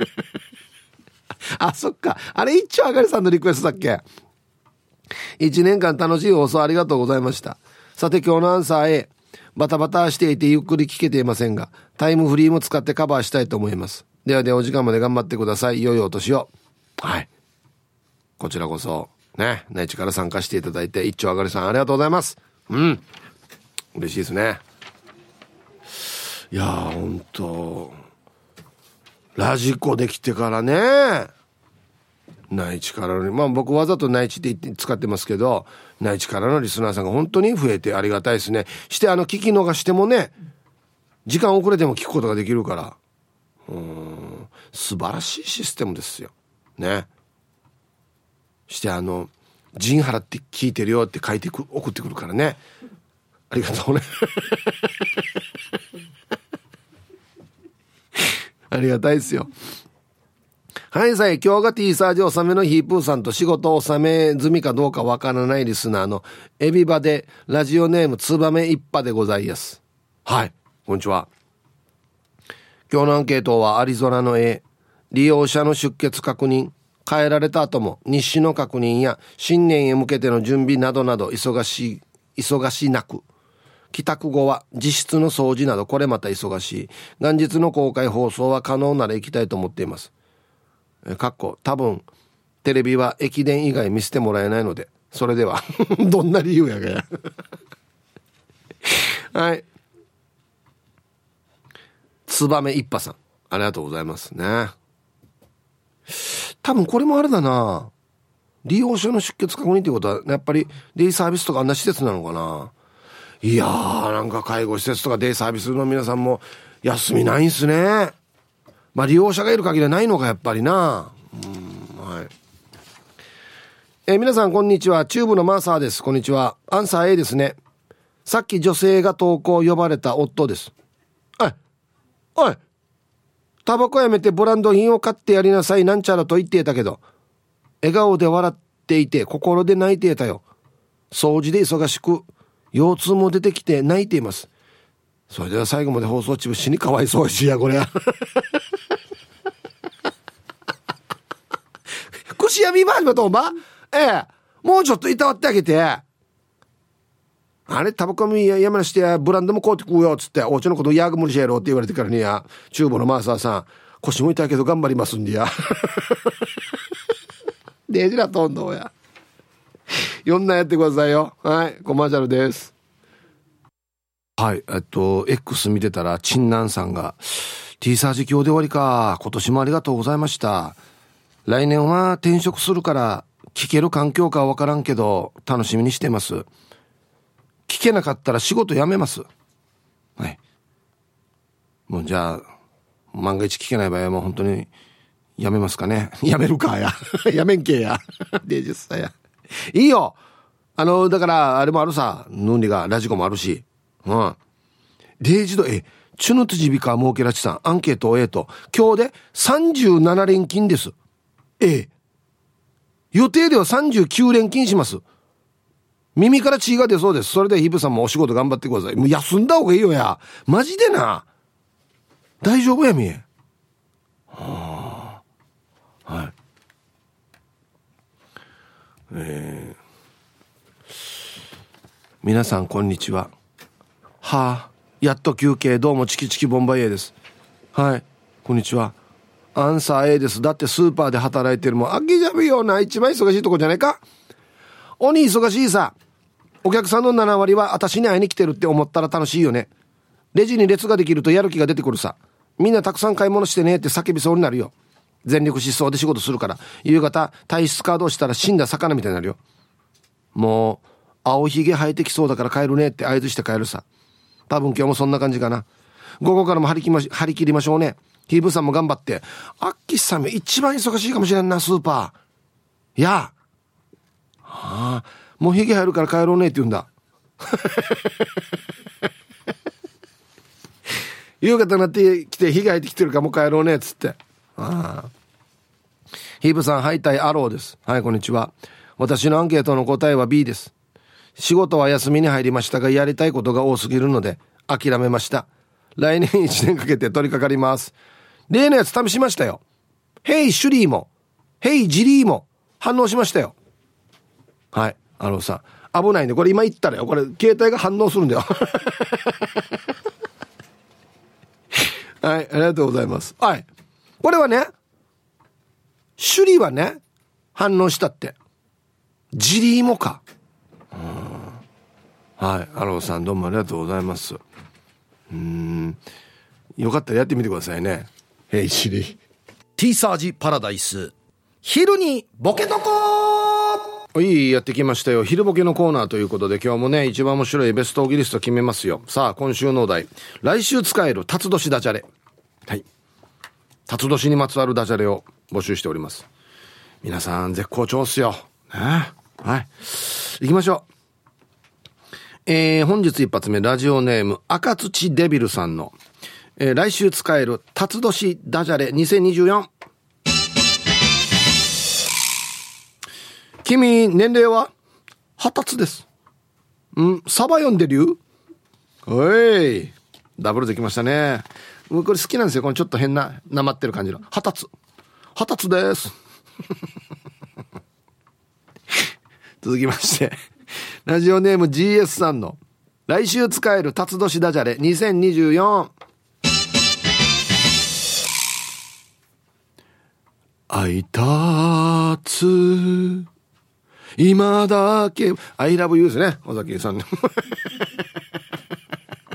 したそっか、あれ一丁あがりさんのリクエストだっけ。1年間楽しい放送ありがとうございました。さて今日のアンサー A。 バタバタしていてゆっくり聞けていませんがタイムフリーも使ってカバーしたいと思います。ではお時間まで頑張ってください。良いお年を。はい、こちらこそね、内地から参加していただいて一丁あがりさんありがとうございます。嬉しいですね。いやーほんとラジコできてからね、内地からの僕わざと内地って言って使ってますけど、内地からのリスナーさんが本当に増えてありがたいですね。して聞き逃してもね、時間遅れても聞くことができるから、素晴らしいシステムですよね。して陣払って聞いてるよって書いて送ってくるからね、ありがとうねありがたいですよ。はいさい、今日が T サージ納めのヒープーさんと仕事納め済みかどうかわからないリスナーのエビバでラジオネームツバメ一派でございます。はい、こんにちは。今日のアンケートはアリゾナの A。 利用者の出欠確認、帰られた後も日誌の確認や新年へ向けての準備などなど忙しなく、帰宅後は自室の掃除などこれまた忙しい。元日の公開放送は可能なら行きたいと思っています。多分テレビは駅伝以外見せてもらえないので、それではどんな理由やがやはい。ツバメ一派さん、ありがとうございますね。多分これもあれだな、利用者の出欠確認っていうことはやっぱりデイサービスとかあんな施設なのかな。いやー、なんか介護施設とかデイサービスの皆さんも休みないんすね。まあ利用者がいる限りはないのかやっぱりな。はい。皆さんこんにちは、チューブのマーサーです。こんにちは。アンサー A ですね。さっき女性が投稿呼ばれた夫です。おい、タバコやめてブランド品を買ってやりなさいなんちゃらと言っていたけど、笑顔で笑っていて心で泣いていたよ。掃除で忙しく腰痛も出てきて泣いています。それでは最後まで放送中死にかわいそうしやこれ腰やみま始めたおば、もうちょっといたわってあげて、あれタバコみやめなしてやブランドも買うて食うよっつって、おうちのことやぐ無理しやろって言われてからにや、厨房のマーサーさん、腰も痛いけど頑張りますんでやデジラトンどうや4なやってくださいよ。はい、コマーシャルです。はい、X 見てたらチンナンさんが T サージ今日で終わりか、今年もありがとうございました。来年は転職するから聞ける環境かはわからんけど楽しみにしてます。聞けなかったら仕事辞めます。はい。もうじゃあ万が一聞けない場合はもう本当に辞めますかね。辞めるかや辞めんけやで10歳やいいよ。だからあれもあるさ、ヌンリがラジコもあるし、デイジドチュヌトジビカ儲けらちさんアンケートと今日で37連勤です。予定では39連勤します。耳から血が出そうです。それでヒブさんもお仕事頑張ってください。もう休んだ方がいいよや。マジでな。大丈夫やみ。はい。皆さんこんにちは。やっと休憩。どうもチキチキボンバイエです。はい、こんにちは。アンサー A です。だってスーパーで働いてるもん。あきじゃべよな。一番忙しいとこじゃないか。鬼忙しいさ。お客さんの7割は私に会いに来てるって思ったら楽しいよね。レジに列ができるとやる気が出てくるさ。みんなたくさん買い物してねって叫びそうになるよ。全力疾走で仕事するから、夕方体質カードをしたら死んだ魚みたいになるよ。もう青ひげ生えてきそうだから帰るねって合図して帰るさ。多分今日もそんな感じかな。午後からも張り切りましょうね。ヒーブさんも頑張って。アッキーさんも一番忙しいかもしれんな、スーパー。もうヒゲ入るから帰ろうねって言うんだ夕方になってきてヒゲ入ってきてるからもう帰ろうねっつって。ヒーブさんハイタイアローです。はい、こんにちは。私のアンケートの答えは B です。仕事は休みに入りましたがやりたいことが多すぎるので諦めました。来年1年かけて取り掛かります。例のやつ試しましたよ。ヘイシュリーもヘイジリーも反応しましたよ。はい、さ危ないねこれ。今言ったらよ、これ携帯が反応するんだよはい、ありがとうございます。はい、これはね、シュリーはね反応したって、ジリーもか。はい、さんどうもありがとうございます。よかったらやってみてくださいね。ヘイシリー T サージパラダイス、昼にボケとこやってきましたよ。昼ボケのコーナーということで、今日もね一番面白いベストオギリスト決めますよ。さあ今週のお題、来週使える辰年ダジャレ。はい、辰年にまつわるダジャレを募集しております。皆さん絶好調っすよ、はい、行きましょう。本日一発目、ラジオネーム赤土デビルさんの、来週使える辰年ダジャレ2024。君年齢は20歳です。サバ読んでるよ。おい、ダブルできましたね。これ好きなんですよ、このちょっと変ななまってる感じの20歳です続きましてラジオネーム GS さんの来週使える辰年ダジャレ2024。あいたつ今だけ I love you ですね、尾崎さん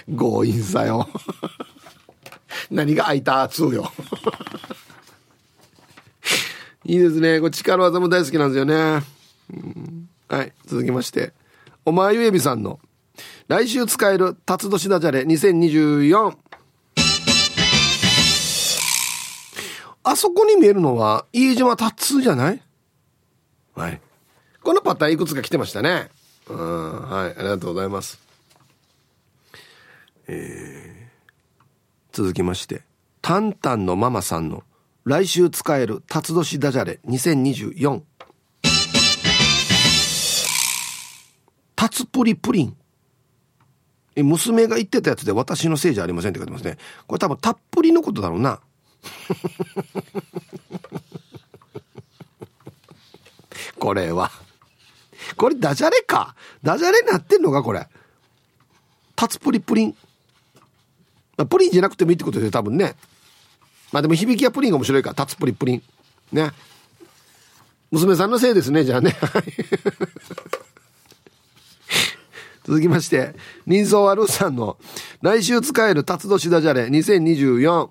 強引さよ何が空いた2よいいですね。これ力技も大好きなんですよね、はい。続きまして、おまゆえびさんの来週使える辰年ダジャレ2024。あそこに見えるのは飯島達じゃない？はい。このパターンいくつか来てましたね。はい、ありがとうございます。続きまして、タンタンのママさんの来週使える辰年ダジャレ2024。タツプリプリン。娘が言ってたやつで私のせいじゃありませんって書いてますね。これ多分たっぷりのことだろうなこれダジャレか。ダジャレになってんのかこれ。タツプリプリン、プリンじゃなくてもいいってことで多分ね。まあでも響きはプリンが面白いから、タツプリプリンね。娘さんのせいですね、じゃあね続きまして、人相悪うさんの来週使える辰年ダジャレ2024。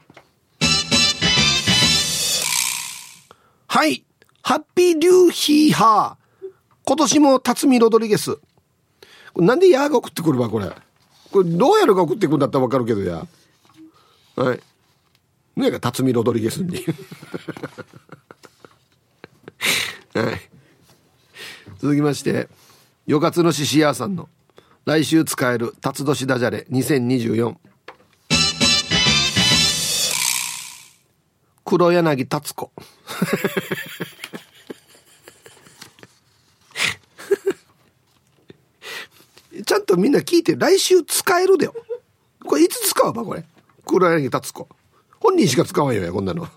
はい、ハッピーリューヒーハー、今年も辰巳ロドリゲス。なんでヤーが送ってくるわこれ。これどうやるか送ってくるんだったら分かるけどや。はい。ねえか辰巳ロドリゲスにはい。続きまして、よかつのししやさんの来週使える辰年ダジャレ2024。黒柳達子ちゃんとみんな聞いて、来週使えるだよ。これいつ使うばこれ。黒柳達子本人しか使わんよやこんなのはい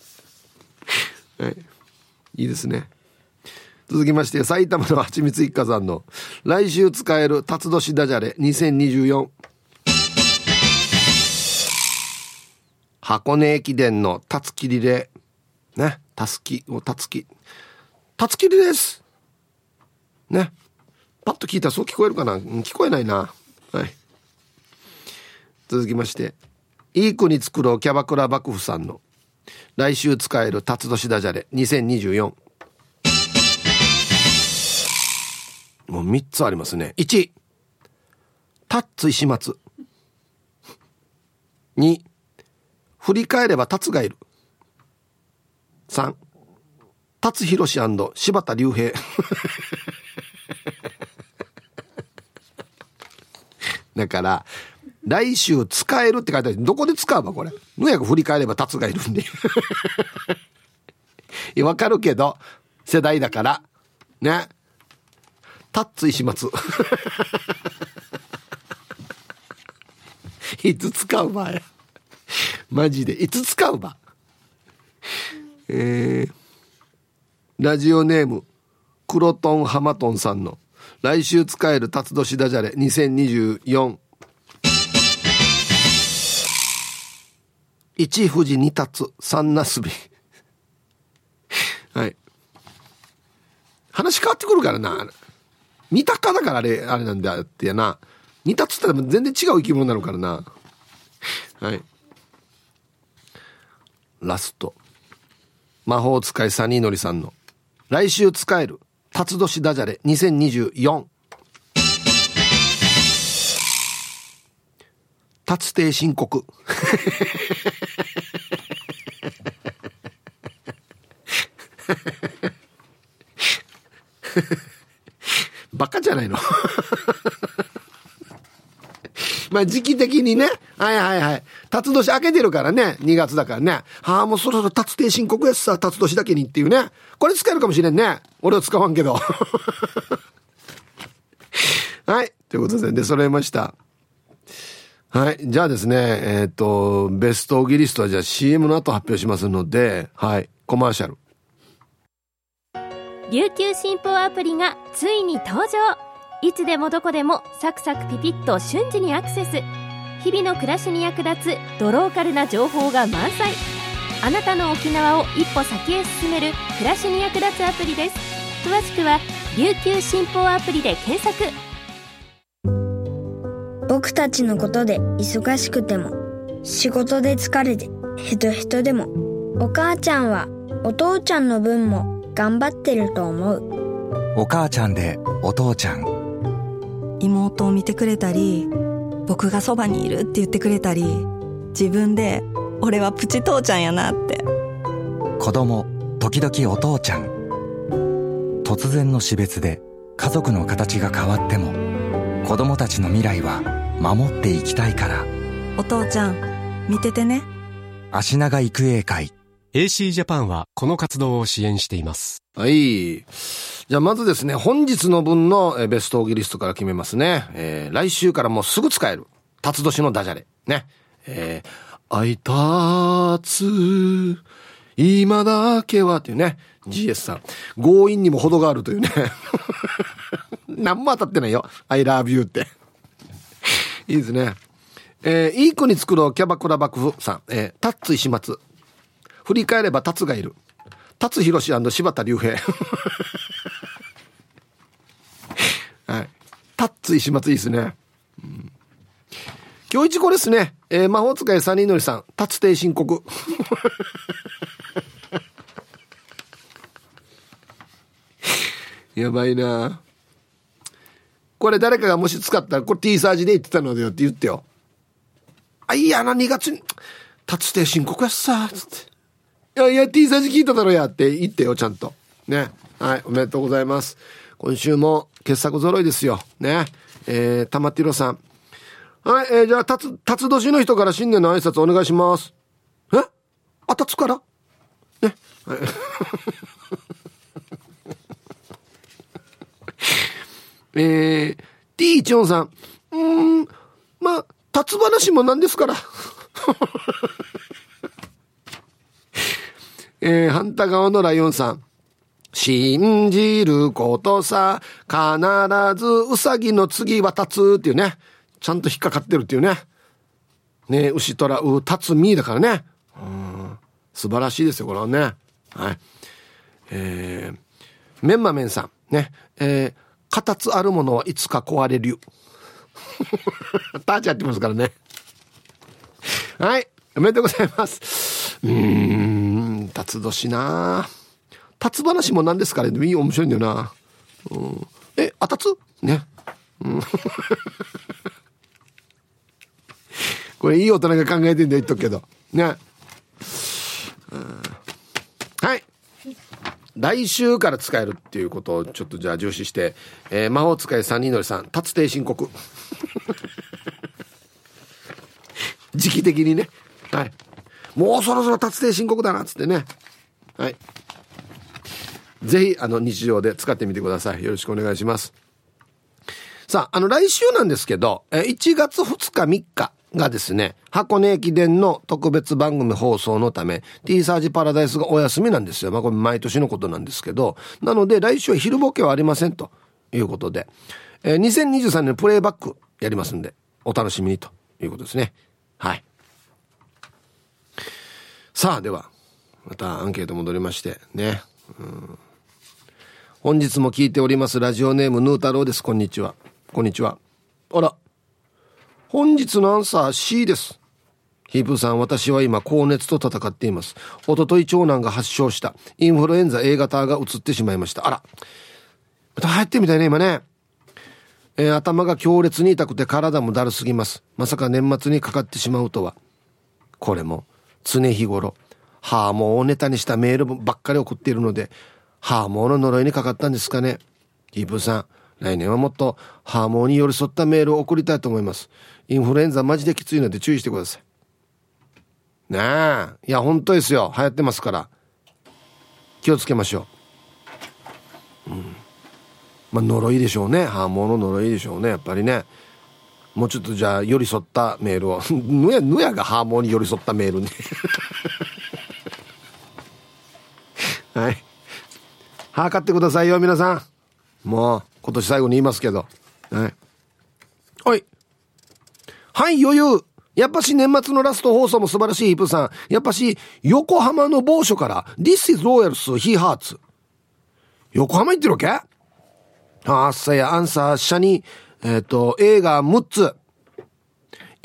、いいですね。続きまして、埼玉のはちみつ一家さんの来週使える辰年ダジャレ2024。箱根駅伝のたつきリレーね。たつきリレーですね。パッと聞いたらそう聞こえるかな。聞こえないな。はい。続きまして、いい国作ろうキャバクラ幕府さんの来週使える辰年ダジャレ2024。もう3つありますね。1、タッツ石松。2、振り返ればタツがいる。3、タツヒロシ&柴田隆平だから来週使えるって書いてある。どこで使うばこれ。むやく振り返ればタツがいるんでいやわかるけど世代だからね。タッツ石松いつ使うばやマジでいつ使うば。ラジオネームクロトンハマトンさんの来週使える辰年ダジャレ2024。一富士二達三なすびはい。話変わってくるからな。三鷹だからあれなんだってやな。二達って全然違う生き物なのからな。はい。ラスト、魔法使いサニーノリさんの来週使える辰年ダジャレ2024。達定申告バカじゃないのまあ時期的にね、はいはいはい、辰年明けてるからね、2月だからね、はあもうそろそろ達定申告やつさ、辰年だけにっていうね、これ使えるかもしれんね。俺は使わんけどはい、ということで揃えました。はい、じゃあですね、ベストオギリストはじゃあ CM の後発表しますので、はい、コマーシャル。 琉球新報アプリがついに登場。いつでもどこでもサクサクピピッと瞬時にアクセス。日々の暮らしに役立つドローカルな情報が満載。あなたの沖縄を一歩先へ進める暮らしに役立つアプリです。詳しくは琉球新報アプリで検索。 僕たちのことで忙しくても、仕事で疲れてヘトヘトでも、お母ちゃんはお父ちゃんの分も頑張ってると思う。 お母ちゃんでお父ちゃん。 妹を見てくれたり、僕がそばにいるって言ってくれたり、自分で俺はプチ父ちゃんやなって。 子供時々お父ちゃん。突然の死別で家族の形が変わっても、子供たちの未来は守っていきたいから。 お父ちゃん見ててね。 足長育英会 AC ジャパンはこの活動を支援しています。 はい。じゃあまずですね、本日の分のベストオーギリストから決めますね。来週からもうすぐ使える辰年のダジャレね。会いたつ今だけはっていうね、 GS さん強引にも程があるというね何も当たってないよ I love you っていいですね。いい子に作ろうキャバクラ幕府さん、タッツ石松、振り返ればタツがいる、辰博士&柴田龍平はい、タッツ石松いいですね、うん、今日一これですね、魔法使いサニーのりさん、タツ帝申告やばいなこれ。誰かがもし使ったらこれ T サージで言ってたのでよって言ってよ。あ、いやな、2月にタツ帝申告やっさつって、いや T サージ聞いただろやって言ってよ、ちゃんとね。はい、おめでとうございます。今週も傑作揃いですよね。玉ティロさん、はい、じゃあタツ年の人から新年の挨拶お願いします。あたつからね、はいT14 さん、まあ立つ話もなんですから反対側のライオンさん、信じることさ、必ずウサギの次は立つっていうね、ちゃんと引っかかってるっていうね。ね、牛とらう立つみだからね。素晴らしいですよこれはね。はい。メンマメンさんね、形あるものはいつか壊れるターチやってますからね。はい、おめでとうございます。辰年な、辰話も何ですかね、でもいい、面白いんだよな。あたつね、これいい大人が考えてんだよ言っとくけどね。はい、来週から使えるっていうことをちょっとじゃあ重視して、魔法使い三人のりさん、達定申告時期的にね、はい、もうそろそろ達定申告だなっつってね、はい、ぜひ日常で使ってみてください。よろしくお願いします。さあ、来週なんですけど、1月2日3日がですね、箱根駅伝の特別番組放送のため T サージパラダイスがお休みなんですよ。まあこれ毎年のことなんですけど、なので来週は昼ボケはありませんということで、2023年のプレイバックやりますんでお楽しみにということですね。はい。さあ、ではまたアンケート戻りましてね、本日も聞いておりますラジオネームヌー太郎です。こんにちは。こんにちは。あら、本日のアンサー C です。ヒープーさん、私は今高熱と戦っています。一昨日長男が発症したインフルエンザ A 型が移ってしまいました。あら、また流行ってみたいね今ね。頭が強烈に痛くて体もだるすぎます。まさか年末にかかってしまうとは。これも常日頃ハーモンをネタにしたメールばっかり送っているので、ハーモンの呪いにかかったんですかね。ヒープーさん、来年はもっとハーモンに寄り添ったメールを送りたいと思います。インフルエンザマジできついので注意してくださいね。え、いや本当ですよ、流行ってますから気をつけましょう。まあ呪いでしょうね、ハーモンの呪いでしょうね、やっぱりね。もうちょっとじゃあ寄り添ったメールをぬやがハーモンに寄り添ったメールねはい、測ってくださいよ皆さん。もう今年最後に言いますけど、はい、はいはい、余裕。やっぱし年末のラスト放送も素晴らしい。ヒープさん、やっぱし横浜の某所から This is Royals He Hearts 横浜行ってるわけ。さやアンサー社に映画6つ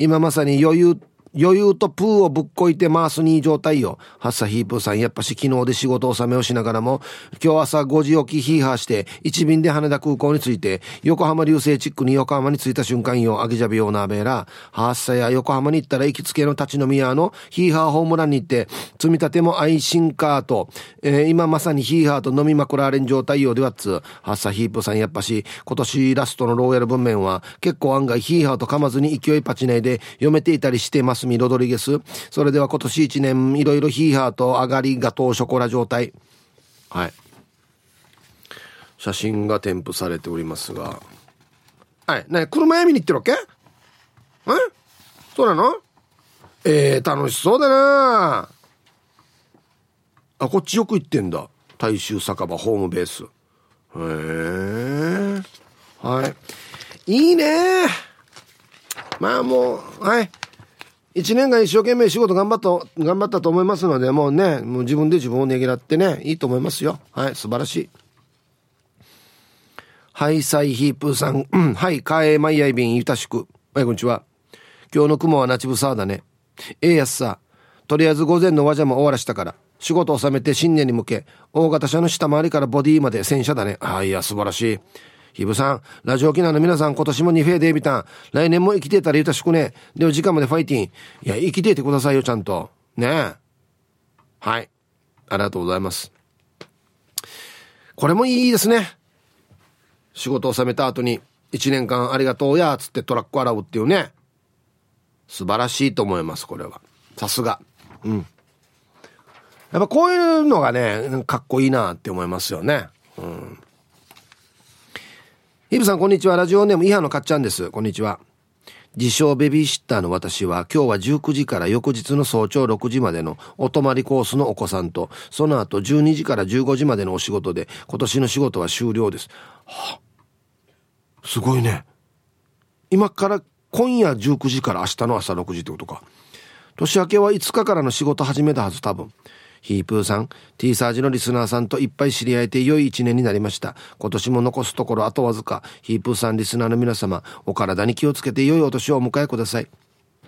今まさに余裕とプーをぶっこいて回すにいい状態よ。ハッサヒープーさん、やっぱし昨日で仕事納めをしながらも、今日朝5時起きヒーハーして、1便で羽田空港に着いて、横浜流星チックに横浜に着いた瞬間よ、アギジャビオーナーベーラ、ハッサや横浜に行ったら行きつけの立ち飲み屋のヒーハーホームランに行って、積み立てもアイシンカーと、今まさにヒーハーと飲みまくられん状態よではっつ、ハッサヒープーさん、やっぱし今年ラストのローヤル文面は、結構案外ヒーハーと噛まずに勢いパチネで読めていたりしてますみロドリゲス。それでは今年1年いろいろヒーハーと上がりガトーショコラ状態。はい、写真が添付されておりますが、はい、ね、車屋見に行ってるわけ？そうなの？楽しそうだなあ。こっちよく行ってんだ。大衆酒場ホームベース。はい、いいね。まあもう、はい、1年間一生懸命仕事頑張ったと思いますので、もうね、もう自分で自分をねぎらってね、いいと思いますよ。はい、素晴らしい。はい、サイヒープーさん、はい、カエマイヤイビンゆたしく。はい、こんにちは。今日の雲はナチブサーだね。やつさ、とりあえず午前の和ジャも終わらしたから、仕事を収めて新年に向け、大型車の下回りからボディまで洗車だね。いや、素晴らしい。ヒブさん、ラジオ沖縄の皆さん、今年も2フェーデービタン。来年も生きてたらゆたしくね。でも時間までファイティン。いや、生きていてくださいよ、ちゃんと。ねえ。はい。ありがとうございます。これもいいですね。仕事を収めた後に、1年間ありがとうや、つってトラック洗うっていうね。素晴らしいと思います、これは。さすが。うん。やっぱこういうのがね、かっこいいなって思いますよね。うん。ヒブさん、こんにちは。ラジオネームイハのかっちゃんです。こんにちは。自称ベビーシッターの私は、今日は19時から翌日の早朝6時までのお泊まりコースのお子さんと、その後12時から15時までのお仕事で、今年の仕事は終了です。すごいね。今から今夜19時から明日の朝6時ってことか。年明けは5日からの仕事始めたはず、多分。ヒープーさん、T サージのリスナーさんといっぱい知り合えて良い一年になりました。今年も残すところあとわずか。ヒープーさん、リスナーの皆様、お体に気をつけて良いお年をお迎えください。